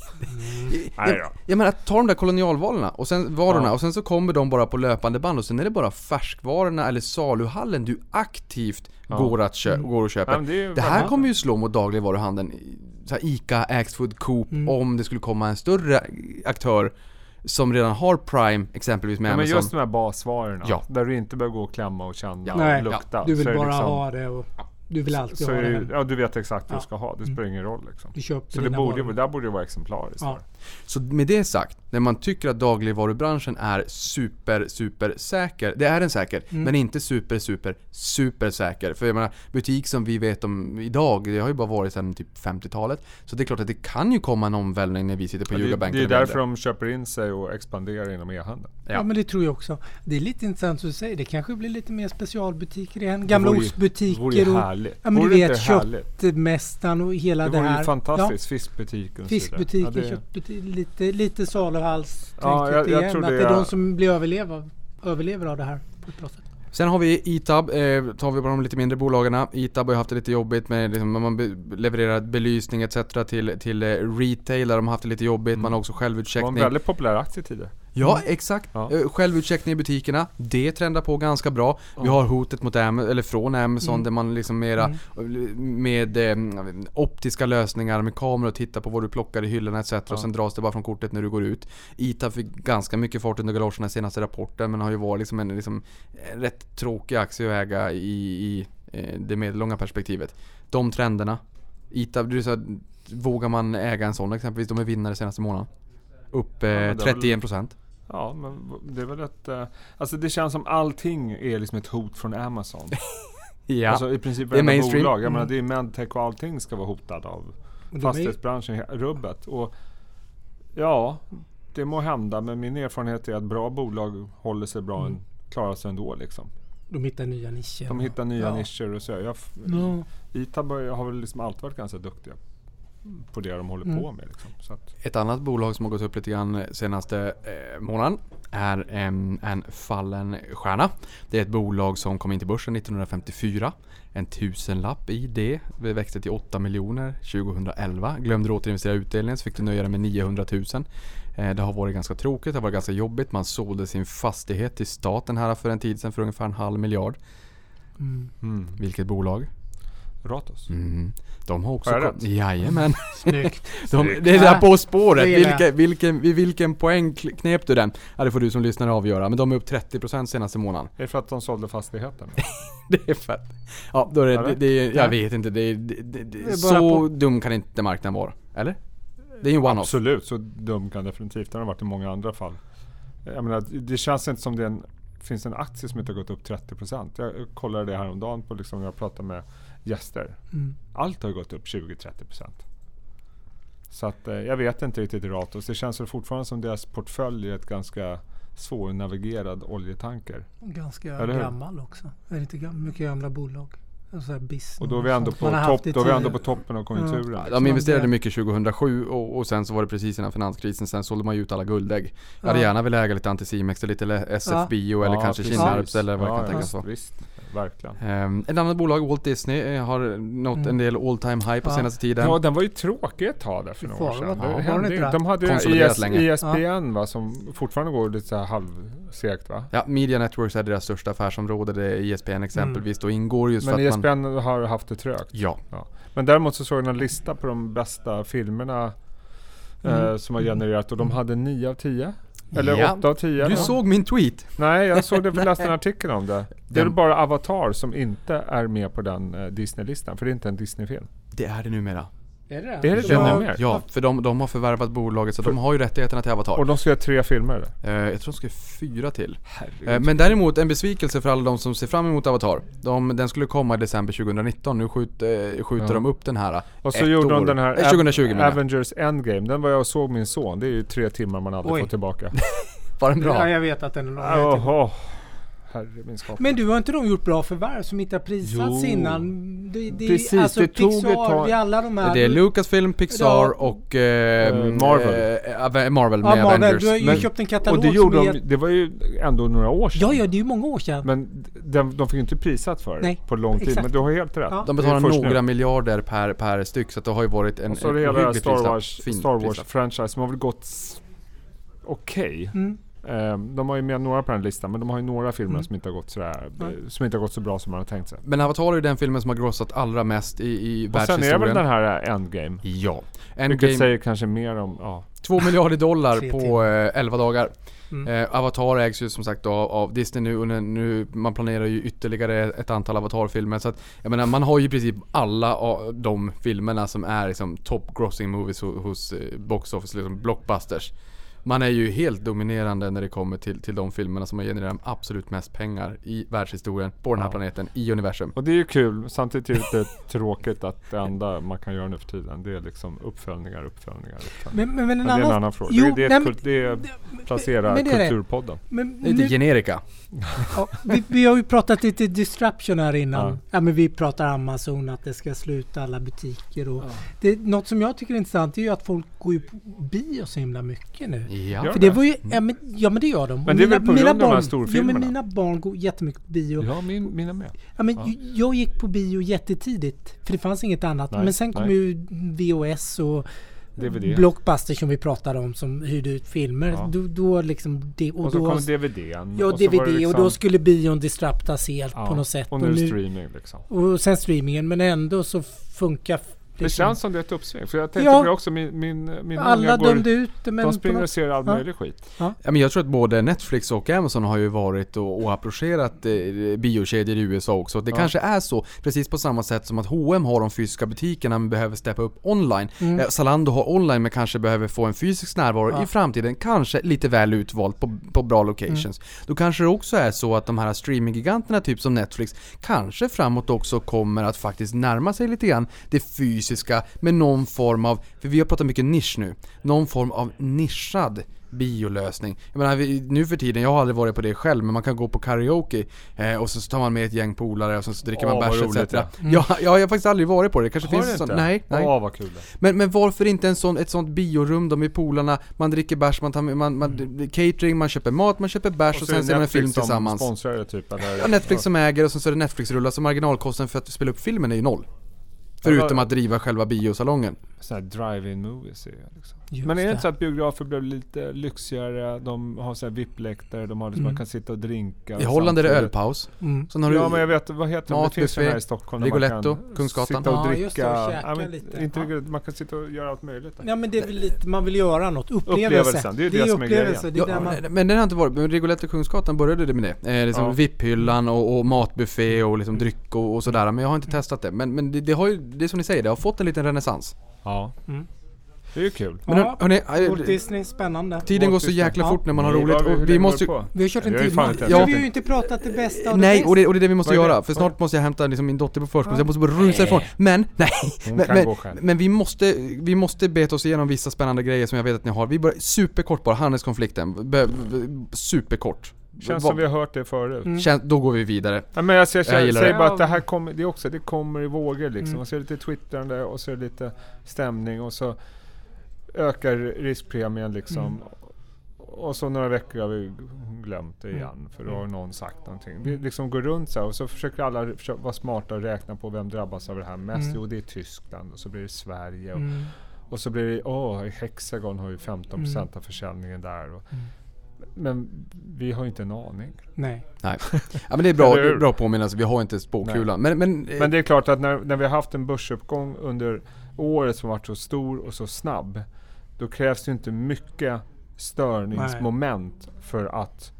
Mm. jag, jag menar, ta de där kolonialvarorna och sen varorna ja. och sen så kommer de bara på löpande band, och sen är det bara färskvarorna eller saluhallen du aktivt ja. går, att kö- går och köper. Ja, det, det här kommer ju slå mot dagligvaruhandeln, så här Ica, Axfood, Coop, mm. om det skulle komma en större aktör som redan har Prime, exempelvis med ja, men Amazon. Men just de här basvarorna, ja. där du inte behöver gå och klämma och känna ja. och Nej, lukta. Ja. Du vill bara liksom... ha det och... Du vill alltid så ha det är, hem. ja, du vet exakt vad Ja. du ska ha. Det spelar ingen roll liksom. Du köper Så det dina borde, varor. där borde det vara exemplariskt. Ja. Så med det sagt, när man tycker att dagligvarubranschen är super, super säker, det är den säker, Mm. men inte super, super, super säker. För jag menar, butik som vi vet om idag, det har ju bara varit sedan typ femtiotalet. Så det är klart att det kan ju komma en omvälvning när vi sitter på Ja, det, Ljugarbänken. det är och vänder. därför de köper in sig och expanderar inom e-handeln. Ja. Ja. men det tror jag också. Det är lite intressant att säga. Det kanske blir lite mer specialbutiker igen. Gamla Det vore ju- ostbutiker. vore ju och, härligt. ja, men du Vore det vet, inte härligt? köttmästaren och hela Det det, vore här. ju fantastiskt. Fiskbutiken. Ja, och så vidare. fiskbutiker, Ja, det- köttbutiker, lite, lite saluhals. Ja, tänk jag- lite jag igen. tror Att det det är är- de som blir överleva, överlever av det här på ett bra sätt. Sen har vi I T A B, eh, tar vi bara de lite mindre bolagen. I T A B har haft det lite jobbigt med liksom, man be- levererar belysning et cetera till, till eh, retail där de har haft det lite jobbigt. Mm. Man har också Det var självutcheckning. en väldigt populär aktie tidigare. Ja, exakt. Ja. Eh, Självutcheckning i butikerna, det trendar på ganska bra. Vi har hotet mot Am- eller från Amazon Mm. där man liksom mera med eh, optiska lösningar med kameror och tittar på vad du plockar i hyllorna et cetera. Ja. Och sen dras det bara från kortet när du går ut. I T A B fick ganska mycket fart under galoscherna i senaste rapporten, men har ju varit liksom en liksom, en rätt tråkig aktie att äga i, i eh, det medellånga perspektivet. De trenderna. I T A B, det är så här, vågar man äga en sån exempelvis? De är vinnare senaste månaden. Upp eh, Ja, det är väl- trettioen procent. Ja, men det är väl ett... Eh, alltså det känns som allting är liksom ett hot från Amazon. Ja. Alltså i princip Det är varenda mainstream. bolag. Jag Mm. menar, det är medtech och allting ska vara hotad av Och de är- fastighetsbranschen, he- rubbet. Och ja, det må hända, men min erfarenhet är att bra bolag håller sig bra, Mm. en, klarar sig ändå liksom. De hittar nya nischer. De hittar nya Ja. nischer och så. Jag, f- Ja. I T A B har väl liksom alltid varit ganska duktiga på det de håller Mm. på med liksom. Så att, Ett annat bolag som har gått upp lite grann senaste eh, månaden är en, en fallen stjärna. Det är ett bolag som kom in till börsen nittonhundrafemtiofyra. En tusenlapp i det. Det växte till åtta miljoner tjugoelva. Glömde du återinvestera utdelningen så fick du nöja dig med niohundratusen. Eh, det har varit ganska tråkigt, det har varit ganska jobbigt. Man sålde sin fastighet till staten här för en tid sedan för ungefär en halv miljard. Mm. mm. Vilket bolag? Ratos. Mm. De har också... Har jag kom- rätt? Jajamän. Snyggt. De, Snyggt. det är där på spåret. Det gillar jag. Vilken, vilken, vid vilken poäng kl- knep du den? Ja, det får du som lyssnar avgöra. Men de är upp trettio procent senaste månaden. Det är för att de sålde fastigheten. Det är fett. Ja, då är det, Eller? det, det är, jag Ja. vet inte. Det är, det, det, det, är bara så på- dum kan inte marknaden vara. Eller? Det är ju en one-off. Absolut, så dum kan definitivt. Det har varit i många andra fall. Jag menar, det känns inte som det är en, finns en aktie som inte har gått upp trettio procent. Jag kollade det häromdagen på liksom när jag pratade med gäster. Mm. Allt har gått upp tjugo till trettio procent. Så att eh, jag vet inte riktigt i Ratos. Det känns väl fortfarande som deras portfölj är ett ganska svårnavigerad oljetanker. Ganska Eller hur? gammal också. Är det inte gam- mycket gamla bolag? Så här business Och då är vi ändå sånt. på, Man har topp, haft det då är vi ändå tidigare. på toppen av konjunkturen. Ja. De Som investerade det- mycket tjugohundrasju och, och sen så var det precis innan finanskrisen. Sen sålde man ju ut alla guldägg. Jag hade Ja. gärna velat äga lite Anticimex, lite S F Bio eller Ja, kanske precis. Kinnarps eller vad det Ja, kan ja, tänkas vara. visst, verkligen. Um, ett annat bolag, Walt Disney, eh, har nått Mm. en del all time high på Ja. senaste tiden. Ja, den var ju tråkig ett tag där för Det några var år sedan. det, Det var det hände inte ju- det? De hade ju Konsoliderat I S, länge. I S B N va, som fortfarande går lite så här halvsegt va? Ja, Media Networks är deras största affärsområde. Det är E S P N exempelvis. Då ingår just Men för I att S man... B N har haft det trögt. Ja. Ja. Men däremot så såg jag en lista på de bästa filmerna eh, Mm. som har genererat och de hade nio av tio. Eller Ja. åtta av tio. Du Ja. såg min tweet. Nej, jag såg det, läste en artikel om det. Det är Den- väl bara Avatar som inte är med på den eh, Disney-listan. För det är inte en Disney-film. Det är det numera. Är det Är det Så det var- mer? Ja, för de, de har förvärvat bolaget så de har ju rättigheterna till Avatar. Och de ska göra tre filmer eller? Eh, jag tror de ska fyra till. Herregud. Eh, men däremot en besvikelse för alla de som ser fram emot Avatar. De, den skulle komma i december tjugonitton. Nu skjut, eh, skjuter Ja. de upp den här. Och så ett gjorde år. de den här Eh, tjugohundratjugo menar jag. Avengers Endgame. Den var jag och såg min son. Det är ju tre timmar man aldrig Oj. får tillbaka. Var den bra? Ja, jag vet att den är lång. Åh, oh, herre min skapare. Men du, har inte de gjort bra förvärv som inte har prisats Jo. innan? Det, det, Precis, alltså det tog Pixar, ett tag. det är alla de här... Det är Lucasfilm, Pixar Ja. och eh, Marvel. Eh, Ave- Marvel med Ja, Marvel. Avengers. Du har ju Men- köpt en Och katalog det gjorde som de, är... det var ju ändå några år sedan. Ja, ja, det är ju många år sedan. Men de, de fick ju inte prisat för det Nej, på lång tid. exakt. Men du har helt rätt. Ja. De Det är betalar först nu. några miljarder per, per styck så att det har ju varit en, Och så en det hela ohyggligt Star prislapp. Wars, Fin Star prislapp. Wars franchise som har väl gått s- okej. Mm. Eh, de har ju med några på den listan, men de har ju några filmer Mm. som inte har gått sådär, Nej. eh, som inte har gått så bra som man har tänkt sig. Men Avatar är ju den filmen som har grossat allra mest i, i Och sen är det världshistorien. väl den här Endgame. Ja. Vilket Endgame, säger kanske mer om, ja. två miljarder dollar Tre på timmar. eh, elva dagar. Mm. Eh, Avatar ägs ju som sagt av, av Disney nu och nu, nu man planerar ju ytterligare ett antal Avatar-filmer, så att jag menar, man har ju i princip alla av de filmerna som är liksom top grossing movies hos, hos eh, box office, liksom blockbusters. Man är ju helt dominerande när det kommer till, till de filmerna som har genererat absolut mest pengar i världshistorien på den här Ja. planeten, i universum. Och det är ju kul, samtidigt är det lite tråkigt att det enda man kan göra nu för tiden, det är liksom uppföljningar, uppföljningar, uppföljningar. Men, men, men en Men det är en annan... annan fråga. Jo, det, det, är nej, ett men- kult, det är placera men det är det. Kulturpodden. Men, Det är lite nu, generika. ja, vi, vi har ju pratat lite disruption här innan. Ja. Ja. men vi pratar Amazon, att det ska sluta alla butiker. Och det, något som jag tycker är intressant är ju att folk går ju på bio så himla mycket nu. Ja. Gör För det var ju, ja men, ja men det gör de. Men Och det är väl mina, på grund mina av de här barn, storfilmerna? Ja men mina barn går jättemycket på bio. Ja. Ja, min, mina med. men Ja. ju- jag gick på bio jättetidigt. För det fanns inget annat. Nej, men sen kom nej. ju V H S och D V D. Blockbuster som vi pratade om som hyrde ut filmer. Ja. Då, då liksom det, och, Och så då, kom D V D:n. Ja, och så var D V D det liksom, och då skulle bion disruptas helt ja, på något sätt. Och nu streaming liksom. och sen streamingen, men ändå så funkar f- Det liksom, känns som det är ett uppsving. För jag tänkte Ja. på det också, min, min, min alla unga går, dömde ut det, men de på springer och något, ser all Ja. möjlig skit. Ja, men jag tror att både Netflix och Amazon har ju varit och, och approcherat eh, biokedjor i U S A också. Det Ja. kanske är så, precis på samma sätt som att H och M har de fysiska butikerna men behöver steppa upp online. Mm. Eh, Zalando har online men kanske behöver få en fysisk närvaro Ja. i framtiden. Kanske lite väl utvalt på, på bra locations. Mm. Då kanske det också är så att de här streaminggiganterna typ som Netflix kanske framåt också kommer att faktiskt närma sig lite grann det fysiska med någon form av, för vi har pratat mycket nisch nu, någon form av nischad biolösning. Jag menar, vi, nu för tiden, jag har aldrig varit på det själv, men man kan gå på karaoke eh, och så tar man med ett gäng polare och så, så dricker Åh, man vad bärs roligt, et cetera. ja. Ja, jag, jag har faktiskt aldrig varit på det. Det kanske Har finns du en sån. inte? Nej, nej. Åh, vad kul det. Men, men varför inte en sån, ett sånt biorum då med polarna, man dricker bärs, man tar med, man, man, catering, man köper mat, man köper bärs och, så är sen det ser man en Netflix film som tillsammans. sponsrar det typ, eller? Ja, Netflix som äger och sen så är det Netflix-rullar, så marginalkostnaden för att spela upp filmen är ju noll. Förutom att driva själva biosalongen. Sådana här drive-in movies är det liksom. Just Men är det det. inte så att biografer blev lite lyxigare? De har så här V I P-läktare, de har liksom, Mm. man kan sitta och drinka. I Holland är det samtidigt. ölpaus. Mm. Sen har Ja, du men jag vet, vad heter det? Det finns ju matbuffé, här i Stockholm. där Rigoletto, man kan Kungsgatan. sitta och Ja, dricka. just det, och käka ja, men, lite. inte Ja. Rigoletto, man kan sitta och göra allt möjligt där. Ja men det är väl lite, man vill göra något. Upplevelse. Upplevelsen, det är ju det som är upplevelse. grejen. Det är där Ja, man, men- men den har inte varit, men Rigoletto Kungsgatan började det med det. Eh, liksom Ja. V I P-hyllan och, och matbuffé och liksom dryck och, och sådär. Men jag har inte testat det. Men, men det, det har ju, det är som ni säger, det har fått en liten renässans. Ja, Mm. det är ju kul. Men ja, hörni, Walt eh, Disney, spännande. tiden går Walt så Disney. jäkla Ja. fort när man har Nej, roligt. vad- hur Och länge vi var måste det ju... på? Vi har kört en Det har ju timme. fan inte Ja. ens- Vi har ju inte pratat det bästa och det Nej, bästa. och det, och det är det vi måste Vad är det? göra. För snart måste jag hämta liksom min dotter på förskolan. Så jag måste bara rusa Nej. ifrån. Men, nej. Hon Men, kan men, gå själv. men vi måste, vi måste beta oss igenom vissa spännande grejer som jag vet att ni har. Vi börjar superkort bara, handelskonflikten. Be, be, superkort. Känns Vad- som vi har hört det förut. Mm. Kän, då går vi vidare. Ja, men jag, ser, jag, Jag gillar säger det. bara att det här kommer, det är också, det kommer i vågor liksom. Mm. Och så är det lite twittrande och så är det lite stämning och så ökar riskpremien liksom. Mm. Och så några veckor har vi glömt det igen för då har någon sagt någonting. Vi liksom går runt så här och så försöker alla försöka vara smarta och räkna på vem drabbas av det här mest. Mm. Jo, det är Tyskland och så blir det Sverige och, Mm. och så blir det, åh, Hexagon har ju femton procent Mm. av försäljningen där. Och, Mm. men vi har ju inte en aning. Nej. Nej. Ja, men det är bra, Eller hur? det är bra påminnelse. Vi har inte spåkulan. Men, men, eh, Men det är klart att när, när vi har haft en börsuppgång under året som varit så stor och så snabb, då krävs det inte mycket störningsmoment för att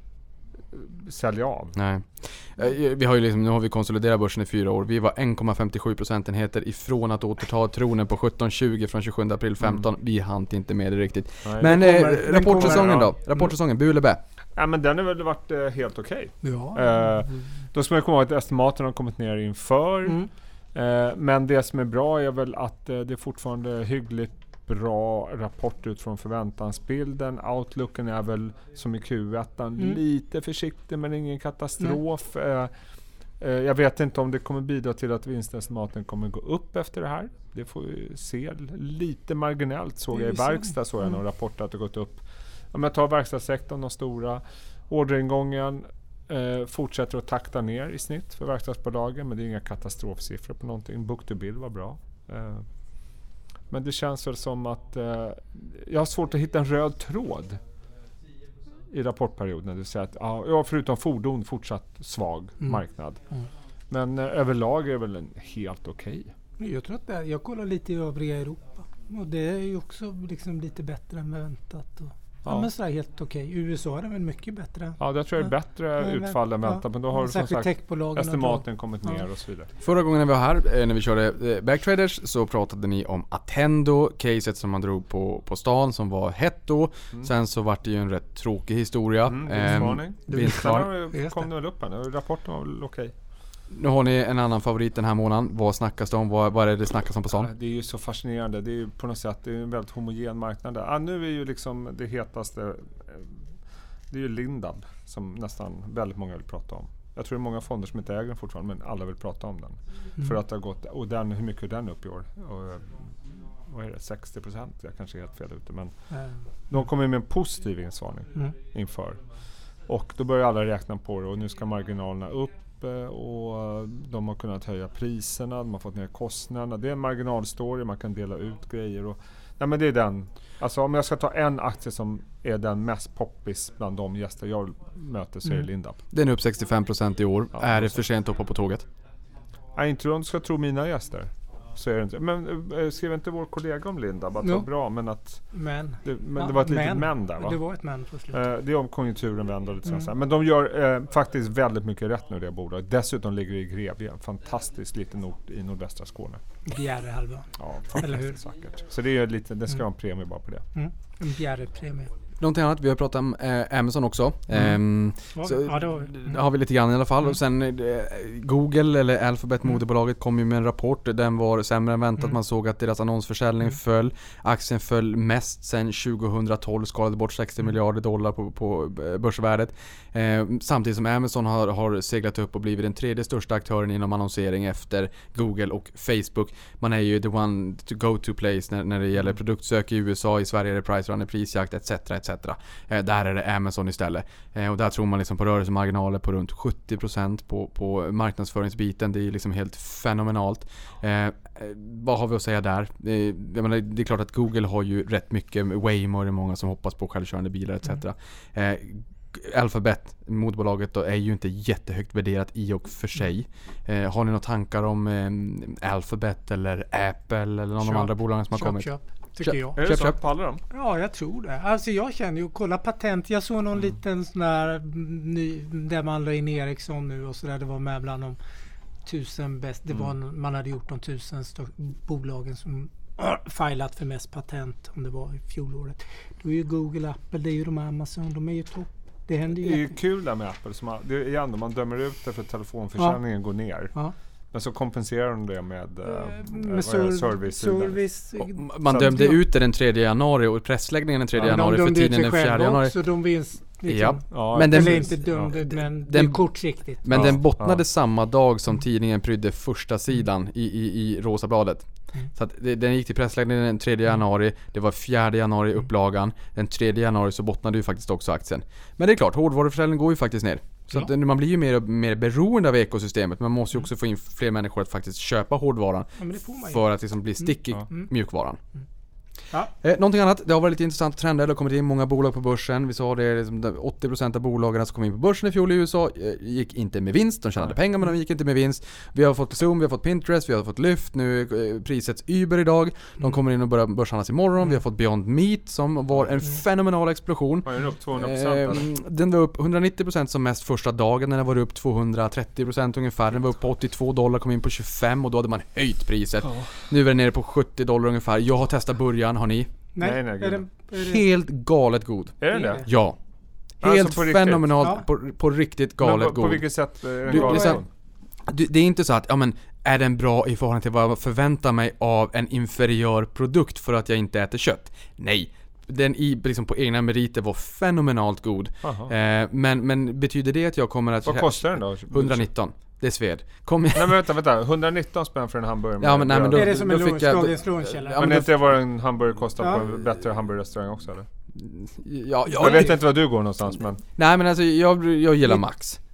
eh, sälja av. Nej. Eh, Vi har ju liksom, nu har vi konsoliderat börsen i fyra år. Vi var en komma femtiosju procentenheter ifrån att återta tronen på sjutton tjugo från tjugosjunde april femton. Vi hann inte med det riktigt. Nej, Men det eh, kommer- den rapportsäsongen kommer, då? Rapportsäsongen, bu eller bä? Ja, men den har väl varit eh, helt okej. Ja. Eh, Då ska man komma ihåg att estimaten har kommit ner inför. Mm. Eh, men det som är bra är väl att eh, det är fortfarande hyggligt bra rapport ut från förväntansbilden. Outlooken är väl som i Q ett Mm. lite försiktig men ingen katastrof. Eh, eh, jag vet inte om det kommer bidra till att vinstestimaten kommer gå upp efter det här. Det får vi se. Lite marginellt såg Det jag i är så. verkstad såg jag Mm. någon rapport att det gått upp. Om jag tar verkstadssektorn, de stora orderingången eh, fortsätter att takta ner i snitt för verkstadsbolagen, men det är inga katastrofsiffror på någonting. Book to bill var bra. Eh, men det känns väl som att eh, jag har svårt att hitta en röd tråd i rapportperioden. Det vill säga att ja, förutom fordon fortsatt svag Mm. marknad. Mm. Men eh, överlag är det väl en helt okej. Jag tror att det är, jag kollar lite i övriga Europa och det är ju också liksom lite bättre än väntat. Och, ja. Ja. men sådär helt okej. I U S A är det väl mycket bättre. Ja, det tror jag är bättre Ja, utfall än ja. väntat. Men då har du som Särskilt sagt techbolagen. estimaten kommit Ja. ner och så vidare. Förra gången när vi var här, eh, när vi körde eh, Backtraders, så pratade ni om Attendo, caset som man drog på, på stan som var hett då. Mm. Sen så var det ju en rätt tråkig historia. Mm, Ehm, vinstvarning. vinstvarning. Sen kom det väl upp här nu. Rapporten var väl okej. Nu har ni en annan favorit den här månaden. Vad snackas det om? Vad, vad är det det snackas om på stan? Det är ju så fascinerande. Det är ju på något sätt det är en väldigt homogen marknad. Ah, nu är ju liksom det hetaste eh, det är ju Lindab som nästan väldigt många vill prata om. Jag tror det är många fonder som inte äger den fortfarande, men alla vill prata om den. Mm. För att det har gått, och den, hur mycket är den upp i år? Och, vad är det? sextio procent? Jag kanske är helt fel ute, men Äh, de kommer med en positiv vinstvarning mm. inför. Och då börjar alla räkna på det och nu ska marginalerna upp och de har kunnat höja priserna, de har fått ner kostnaderna. Det är en marginalstory, man kan dela ut grejer. Och, nej men det är den. Alltså om jag ska ta en aktie som är den mest poppis bland de gäster jag möter så är det Mm. Lindab. Den är upp sextiofem procent i år. Ja, är det så. för sent att hoppa på tåget? Nej, inte om du ska tro mina gäster. Så är det inte. Men äh, skrev inte vår kollega om Lindab att det Jo. var bra, men att Men. det, men Ja, det var ett litet men. men där va? Det var ett men på slutet. Eh, det är om konjunkturen vänder och lite Mm. sånt där. Men de gör eh, faktiskt väldigt mycket rätt nu det bolaget. Dessutom ligger det i Grevie, en fantastisk liten ort i nordvästra Skåne. Bjärehalvön. Ja, Eller hur? fantastiskt vackert. Så det är lite, det ska Mm. vara en premie bara på det. Mm. En bjärepremie. Någonting annat, vi har pratat om eh, Amazon också. Ehm, Var så, vi? Ja, det var vi. det har vi lite grann i alla fall. Mm. Och sen eh, Google eller Alphabet, Mm. moderbolaget, kom ju med en rapport. Den var sämre än väntat. Mm. Man såg att deras annonsförsäljning Mm. föll. Aktien föll mest sedan tjugohundratolv, skalade bort sextio Mm. miljarder dollar på, på eh, börsvärdet. Eh, samtidigt som Amazon har, har seglat upp och blivit den tredje största aktören inom annonsering efter Google och Facebook. Man är ju the one to go to place när, när det gäller produktsök i U S A, i Sverige är det pricerunner, prisjakt et cetera et cetera. Eh, där är det Amazon istället. Eh, och där tror man liksom på rörelsemarginaler på runt sjuttio procent på, på marknadsföringsbiten. Det är liksom helt fenomenalt. Eh, eh, vad har vi att säga där? Eh, jag menar, det är klart att Google har ju rätt mycket. Waymo är det många som hoppas på, självkörande bilar et cetera. Eh, Alphabet, moderbolaget då, är ju inte jättehögt värderat i och för sig. Eh, har ni några tankar om eh, Alphabet eller Apple eller någon av de Köp. andra bolagen som har Köp, kommit? köp. Tycker Köp. jag. Är det Köp, så köp. på alla dem? Ja, jag tror det. Alltså jag känner ju, kolla patent. Jag såg någon liten sån där mm, ny, där man la in Ericsson nu och så där. Det var med bland de tusen bäst. Det var, en- man hade gjort de tusen stör- bolagen som har filat för mest patent, om det var i fjolåret. Då är ju Google, Apple, det är ju de här Amazon, de är ju topp. Det händer Det är ju ju. kul där med Apple. Som har, det är igen, man dömer ut det för att telefonförsäljningen går ner. Ja. Men så kompenserar de det med, eh, Med vad är det, serv- service. service. Och man Så- dömde ja. ut det den tredje januari och pressläggningen den tredje Ja, januari för tiden den fjärde januari. Så de vinst, liksom. Ja. Ja, Men den- Eller inte dömde, Ja. men det är den- kortsiktigt. Men Ja, den bottnade ja. samma dag som tidningen prydde första sidan i, i, i Rosa bladet. Mm. Så att det, den gick till pressläggningen den tredje januari. Det var fjärde januari Mm. upplagan. Den tredje januari så bottnade ju faktiskt också aktien. Men det är klart, hårdvaruförsäljningen går ju faktiskt ner. Så Ja. att man blir ju mer och mer beroende av ekosystemet. Man måste ju också få in fler människor att faktiskt köpa hårdvaran Ja, men det får man ju. för att liksom bli stickig Ja. Mm. mjukvaran. Ja. Eh, någonting annat, det har varit lite intressanta trender. Det har kommit in många bolag på börsen. Vi sa det, liksom, åttio procent av bolagen som kom in på börsen i fjol i U S A eh, gick inte med vinst. De tjänade Nej. pengar men de gick inte med vinst. Vi har fått Zoom, vi har fått Pinterest, vi har fått Lyft. Nu eh, prissätts Uber idag. De kommer in och börjar börshandlas imorgon. Vi har fått Beyond Meat som var en fenomenal explosion. Var den upp tvåhundra procent? eller? Eh, den var upp hundranittio procent som mest första dagen. Den var upp tvåhundratrettio procent ungefär. Den var upp på åttiotvå dollar, kom in på tjugofem och då hade man höjt priset. Nu är den nere på sjuttio dollar ungefär. Jag har testat början, har ni? Nej, Nej, nej, är gud. den, är det, Helt galet god. Är den det är det? det. Ja. Alltså Helt på riktigt? fenomenalt, Ja. på, på riktigt galet Men på, på god. vilket sätt är den Du, galen? det är så Du, det är inte så att, ja men, är den bra i förhållande till vad jag förväntar mig av en inferiör produkt för att jag inte äter kött? Nej. Den i, liksom på egna meriter var fenomenalt god. Aha. Eh, men, men betyder det att jag kommer att... Vad kostar den då? etthundranitton. Det är sved. Kom Nej men vänta, vänta. etthundranitton spänn för en hamburgare med Ja, men nej, men bröd. då- är det som en då fick lunch, jag- dagens lunch eller? Ja, Men men är inte det vad en hamburgare kostar Ja. på en bättre hamburgerrestaurang också eller? Ja, ja, Jag vet inte var du går någonstans men... Nej men alltså jag, jag gillar Max.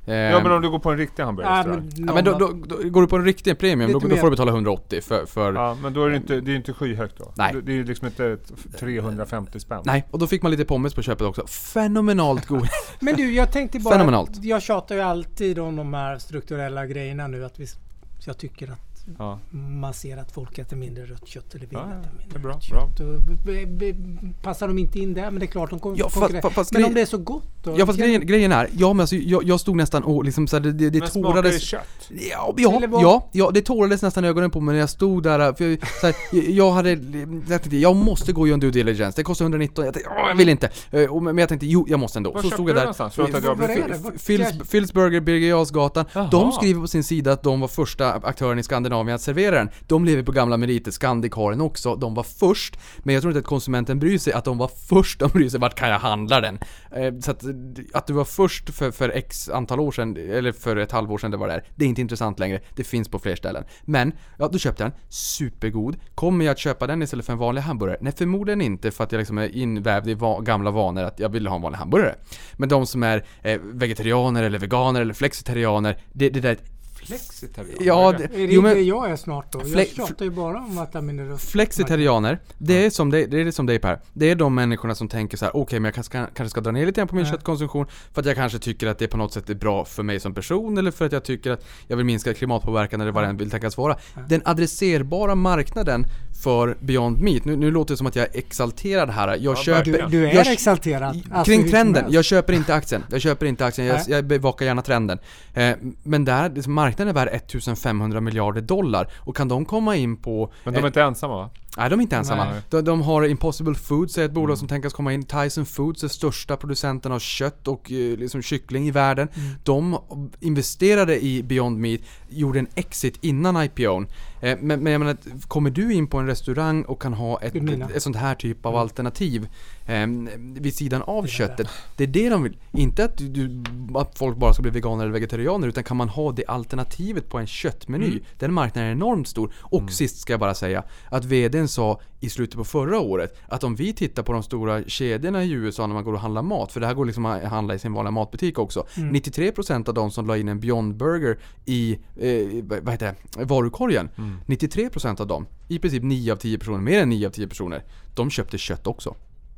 Eh, Ja, men om du går på en riktig hamburgerrestaurang. men, ja, men då, då, då går du på en riktig premium, då, Lite då mer. får du betala hundraåttio för... för Ja, men då är det inte, det är inte skyhögt då. Nej. Det, det är ju liksom inte ett trehundrafemtio spänn. Nej, och då fick man lite pommes på köpet också. Fenomenalt god. Men du, jag tänkte bara... Fenomenalt. Jag tjatar ju alltid om de här strukturella grejerna nu. Att vi, jag tycker att Ja. man ser att folk äter mindre rött kött eller vill Ja, äta mindre det är bra, rött bra. kött. Och, b- b- passar de inte in där, men det är klart de kommer Ja, få fast- konkurrera. fast Men grej- om det är så gott då? Ja, fast Kan- grejen, grejen är, ja, men alltså, jag, jag stod nästan och liksom så här, det, det, det Men smakar det tårades... kött? Ja, ja, Eller vad? ja, ja, det tårades nästan ögonen på mig när jag stod där. För jag, så här, jag- jag hade, jag tänkte, jag måste gå och göra en due diligence. Det kostar hundranitton. Jag tänkte, åh, jag vill inte. Eh, och- Men jag tänkte, jo, jag måste ändå. Var Så köpte stod du jag där. någonstans? Förlåt att jag Vad är blev det? fel. Vad- Phil's, Phil's Burger, Birger Jarlsgatan. Jaha. De skriver på sin sida att de var första aktören i Skandinavien att servera den. De lever på gamla meriter. Scandic har den också. De var först. Men jag tror inte att konsumenten bryr sig att de var först. De bryr sig vart kan jag handla den. Eh, så att, att du var först för, för x antal år sedan, eller för ett halvår sedan det var där. Det är inte intressant längre. Det finns på fler ställen. Men, ja, då köpte jag den. Supergod. Kommer jag att köpa den istället för en vanlig hamburgare? Nej, förmodligen inte, för att jag liksom är invävd i va- gamla vanor att jag vill ha en vanlig hamburgare. Men de som är eh, vegetarianer eller veganer eller flexitarianer, det, det där... Flexitarian? Ja, Vad är det? det, Är det jo, inte men jag är snart då? Fle- Jag tjatar ju bara om att mindre rött. flexitarianer, det är som det, det är det som dig Per. Det är de människorna som tänker så här: okej, okay, men jag kanske, kanske ska dra ner lite grann på min Nej. köttkonsumtion för att jag kanske tycker att det på något sätt är bra för mig som person, eller för att jag tycker att jag vill minska klimatpåverkan eller vad den vill tänkas vara. Den adresserbara marknaden för Beyond Meat, nu, nu låter det som att jag är exalterad här. Jag Ja, köper... Du, du är jag, exalterad. Alltså, Kring hur som trenden, helst. jag köper inte aktien. Jag köper inte aktien, jag, Nej. jag bevakar gärna trenden. Eh, men där, liksom, marknaden är värd ettusenfemhundra miljarder dollar. Och kan de komma in på... Men de är inte ensamma, va? Nej, de är inte ensamma. Nej. De, de har Impossible Foods, är ett bolag som tänkas komma in. Tyson Foods är största producenten av kött och eh, liksom kyckling i världen. De investerade i Beyond Meat, gjorde en exit innan I P O:n. Eh, men, men jag menar, kommer du in på en restaurang och kan ha ett, Det är mina. ett, ett sånt här typ av alternativ eh, vid sidan av Det är köttet. Det är det de vill. Inte att, du, du, att folk bara ska bli veganer eller vegetarianer, utan kan man ha det alternativet på en köttmeny. Mm. Den marknaden är enormt stor. Och sist ska jag bara säga att vdn sa i slutet på förra året att om vi tittar på de stora kedjorna i U S A när man går och handlar mat, för det här går liksom att handla i sin vanliga matbutik också. Mm. nittiotre procent av de som la in en Beyond Burger i eh, vad heter det, varukorgen, Mm. nittiotre procent av dem, i princip nio av tio personer, mer än nio av tio personer, de köpte kött också.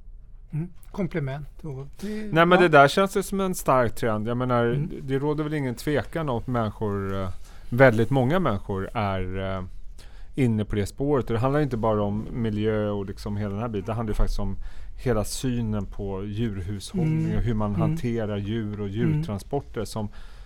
Mm. Komplement. Och det, Nej, men ja. det där känns ju som en stark trend. Jag menar, Mm. det råder väl ingen tvekan om att människor, eh, väldigt många människor är eh, inne på det spåret. Och det handlar inte bara om miljö och liksom hela den här biten. Det handlar ju faktiskt om hela synen på djurhushållning Mm. och hur man Mm. hanterar djur och djurtransporter som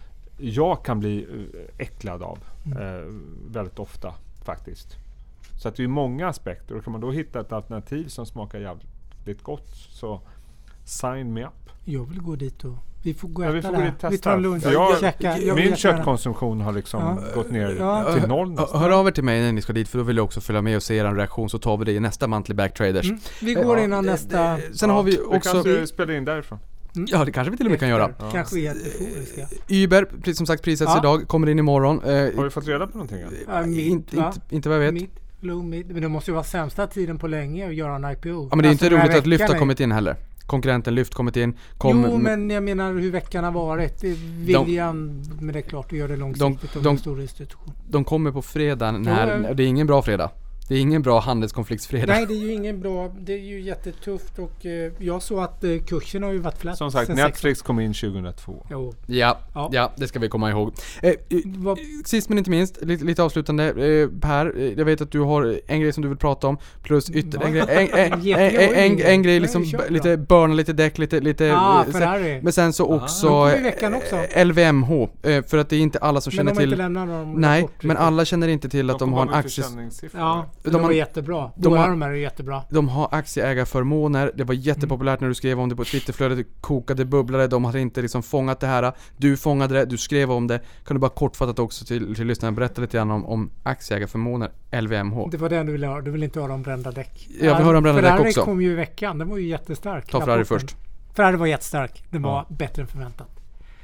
jag kan bli eh, äcklad av Mm. eh, väldigt ofta faktiskt. Så att det är många aspekter, och kan man då hitta ett alternativ som smakar jävligt gott, så sign me up. Jag vill gå dit och vi får gå och Ja, vi äta får gå där. dit och Vi testa. tar en lunch. För jag- käka. Jag vill Min jättegärna. köttkonsumtion har liksom Ja. gått ner Ja. till noll Hör, nästan. hör av er till mig när ni ska dit, för då vill jag också följa med och se er reaktion, så tar vi det i nästa Monthly Back Traders. Mm. Vi går Ja, innan det- nästa... det- Sen har vi Vi också... kanske spelar in därifrån. Mm. Ja, det kanske vi till och med kan göra. Efter. Kanske jätteforiska. Uber, precis som sagt, prissätts Ja. idag, kommer in imorgon. Eh, Har vi fått reda på någonting? än? Ja, mid, inte, va? inte, inte vad jag vet. Mid, low mid. Men det måste ju vara sämsta tiden på länge att göra en I P O. Ja, men det är Alltså, inte den här roligt att Lyft har veckan är- kommit in heller. Konkurrenten Lyft kommit in. Kom, Jo, men jag menar hur veckan har varit. Det är Viljan, men det är klart att göra det långsiktigt de- om de- en stor institution. De kommer på fredagen när... Ja, ja. Det är ingen bra fredag. Det är ingen bra handelskonfliktsfredag. Nej, det är ju ingen bra. Det är ju jättetufft och eh, jag såg att eh, kursen har ju varit flat. Som sagt, sen Netflix kom in tjugohundratvå. sex- Jo. Ja, Ja. ja, det ska vi komma ihåg. Eh, eh, Vad- Sist men inte minst, lite, lite avslutande. Eh, Per, eh, jag vet att du har en grej som du vill prata om. Plus ytterligare en grej. En, en, Jätte- en, jag har en, ingen. en grej, Nej, liksom kör b- då. lite börna lite däck, lite... lite Ah, eh, Ferrari. Men sen så Ah. också... De kommer i veckan också. eh, L V M H. Eh, för att det är inte alla som Men känner de har inte till... lämnat någon Nej, rapport men riktigt. alla känner inte till att de, har en aktie... Ja, De de, har- var jättebra. de Båda har- de här är jättebra. De har aktieägarförmåner. Det var jättepopulärt när du skrev om det på Twitterflödet. Det kokade, bubblade. De hade inte liksom fångat det här. Du fångade det. Du skrev om det. Kan du bara kortfattat också till, till lyssnarna berätta lite grann om, om aktieägarförmåner, L V M H. Det var det du ville höra. Du vill inte höra om brända däck. Ja, vi hör om brända däck Ferrari också. kom ju i veckan. Den var ju jättestark. Ta Ferrari rapporten. först. Ferrari var jättestark. Den var Ja. bättre än förväntat.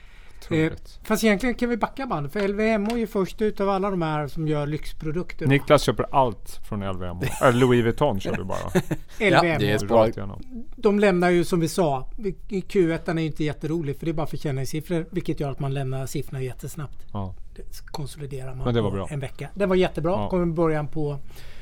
Otroligt. Fast egentligen kan vi backa band. För L V M H är ju först ut av alla de här som gör lyxprodukter. Niklas köper allt från L V M H. Eller Louis Vuitton kör du bara. L V M H. Ja, det är Rakt igenom. De lämnar ju som vi sa, Q ett är ju inte jätterolig för det är bara försäljningssiffror, vilket gör att man lämnar siffrorna jättesnabbt. Ja. Det konsoliderar man Men det var på bra. en vecka. Det var jättebra. Ja. Kom i början på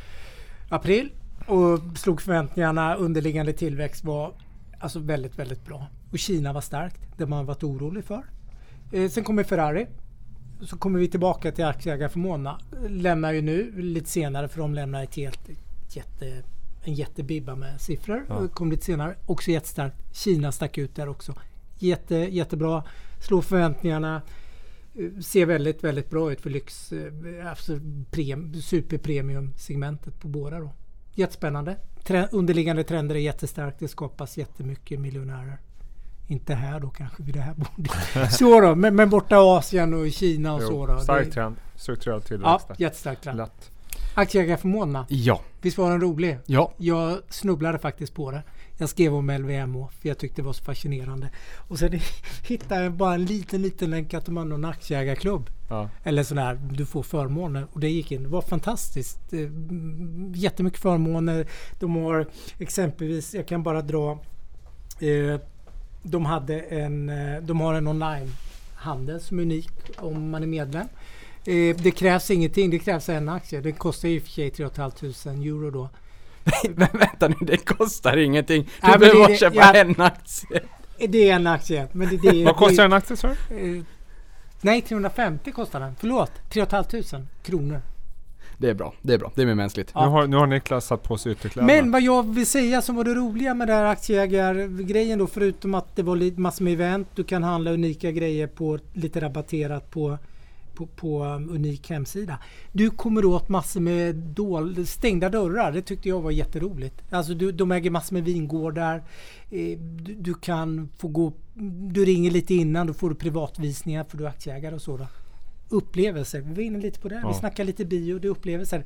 april och slog förväntningarna. Underliggande tillväxt var alltså väldigt, väldigt bra. Och Kina var starkt, det man varit orolig för. Eh, sen kommer Ferrari. Så kommer vi tillbaka till aktieägarförmånerna. Lämnar ju nu lite senare för de lämnar ett helt jätte, en jättebibba med siffror. Ja. Kom lite senare. Också jättestarkt. Kina stack ut där också. Jätte, jättebra. Slår förväntningarna. Ser väldigt, väldigt bra ut för lyx. Alltså prem, superpremium-segmentet på båda då. Jättespännande. Trend, underliggande trender är jättestarkt. Det skapas jättemycket miljonärer. Inte här då kanske vid det här bordet. Så då, men, men borta i Asien och Kina och Jo, så då. stark Det- trend. Strukturell tillväxt. Ja, jättestark trend. Lätt. Aktieägarförmånerna. Ja. Visst var den rolig? Ja. Jag snubblade faktiskt på det. Jag skrev om L V M H för jag tyckte det var så fascinerande. Och sen hittade jag bara en liten, liten länk att de har någon aktieägarklubb. Ja. Eller sån här, du får förmåner. Och det gick in. Det var fantastiskt. Eh, Jättemycket förmåner. De har exempelvis, jag kan bara dra, eh, de hade en, eh, de har en online-handel som är unik om man är medlem. Eh, det krävs ingenting, det krävs en aktie. Det kostar ju för sig tre tusen femhundra euro då. Men vänta nu, det kostar ingenting. Du Nej, men behöver det- bara köpa ja. en aktie. Det är en aktie. Men det, det, Vad kostar det, en aktie, sir? eh, nej, trehundrafemtio kostar den. Förlåt, tre tusen femhundra kronor. Det är bra, det är bra. Det är mer mänskligt. Ja. Nu, har, nu har Niklas satt på sig ytterkläderna. Men vad jag vill säga som var det roliga med den här aktieägargrejen då, förutom att det var lite massor med event, du kan handla unika grejer på lite rabatterat på på, på um, unik hemsida. Du kommer åt massor med dål, stängda dörrar. Det tyckte jag var jätteroligt. Alltså du, de äger massor med vingårdar. Eh, du, du kan få gå, du ringer lite innan, då får du privatvisningar för du är aktieägare och sådär. Upplevelser. Vi var inne lite på det. Ja. Vi snackar lite bio, det är upplevelser.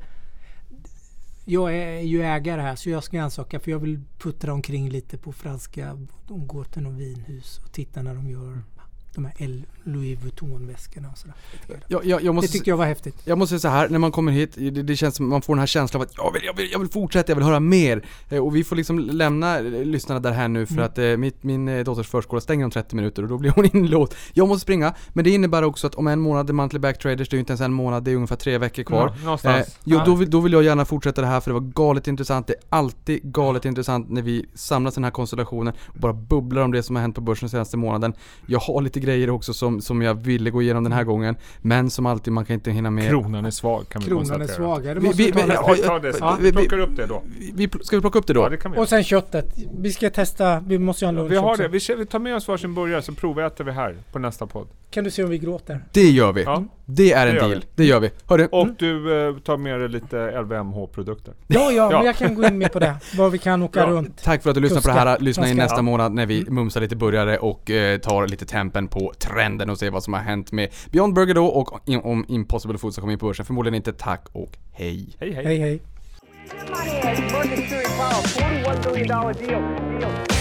Jag är ju ägare här så jag ska ansöka för jag vill puttra omkring lite på franska. De går till någon vinhus och tittar när de gör de här L- Louis Vuitton-väskorna och sådär. Jag, jag, jag måste Det tyckte jag var häftigt. Jag måste säga så här, när man kommer hit, det, det känns som man får den här känslan av att jag vill, jag vill, jag vill fortsätta, jag vill höra mer. Eh, och vi får liksom lämna eh, lyssnarna där här nu för Mm. att eh, mitt, min eh, dotters förskola stänger om trettio minuter och då blir hon inlåst. Jag måste springa, men det innebär också att om en månad är monthly backtraders, det är ju inte ens en månad, det är ungefär tre veckor kvar. Ja, någonstans. Eh, jo, då, vill, då vill jag gärna fortsätta det här för det var galet intressant. Det är alltid galet intressant när vi samlas i den här konstellationen och bara bubblar om det som har hänt på börsen senaste månaden. Jag har lite grejer också som, som jag ville gå igenom den här gången, men som alltid man kan inte hinna med. Kronan är svag kan vi Kronan är konstatera. svagare. Det Vi- måste vi- vi ta vi- nästa. ja, Vi tar det sen. Ja, Vi vi- plockar upp det då. Vi, ska vi plocka upp det då? Ja, det kan vi Och göra. sen köttet. Vi ska testa. Vi måste ju ha en lunch Vi har också. det. Vi, kör- vi tar med oss varsin burgare så proväter vi här på nästa podd. Kan du se om vi gråter? Det gör vi. Ja. Det är en Det gör deal. vi. Det gör vi. Hörru, Och du eh, tar med dig lite L V M H-produkter. Ja, ja, Ja. men jag kan gå in med på det. Var vi kan åka Ja. runt. tack för att du lyssnar på det här. Lyssna in Ganska. nästa Ja. månad när vi mumsar lite burgare och eh, tar lite tempen på trenden och ser vad som har hänt med Beyond Burger då och in, om Impossible Foods som kommer in på börsen. Förmodligen inte. Tack och hej. Hej hej. Hej, hej. Mercury Power, forty-one billion dollars deal. deal.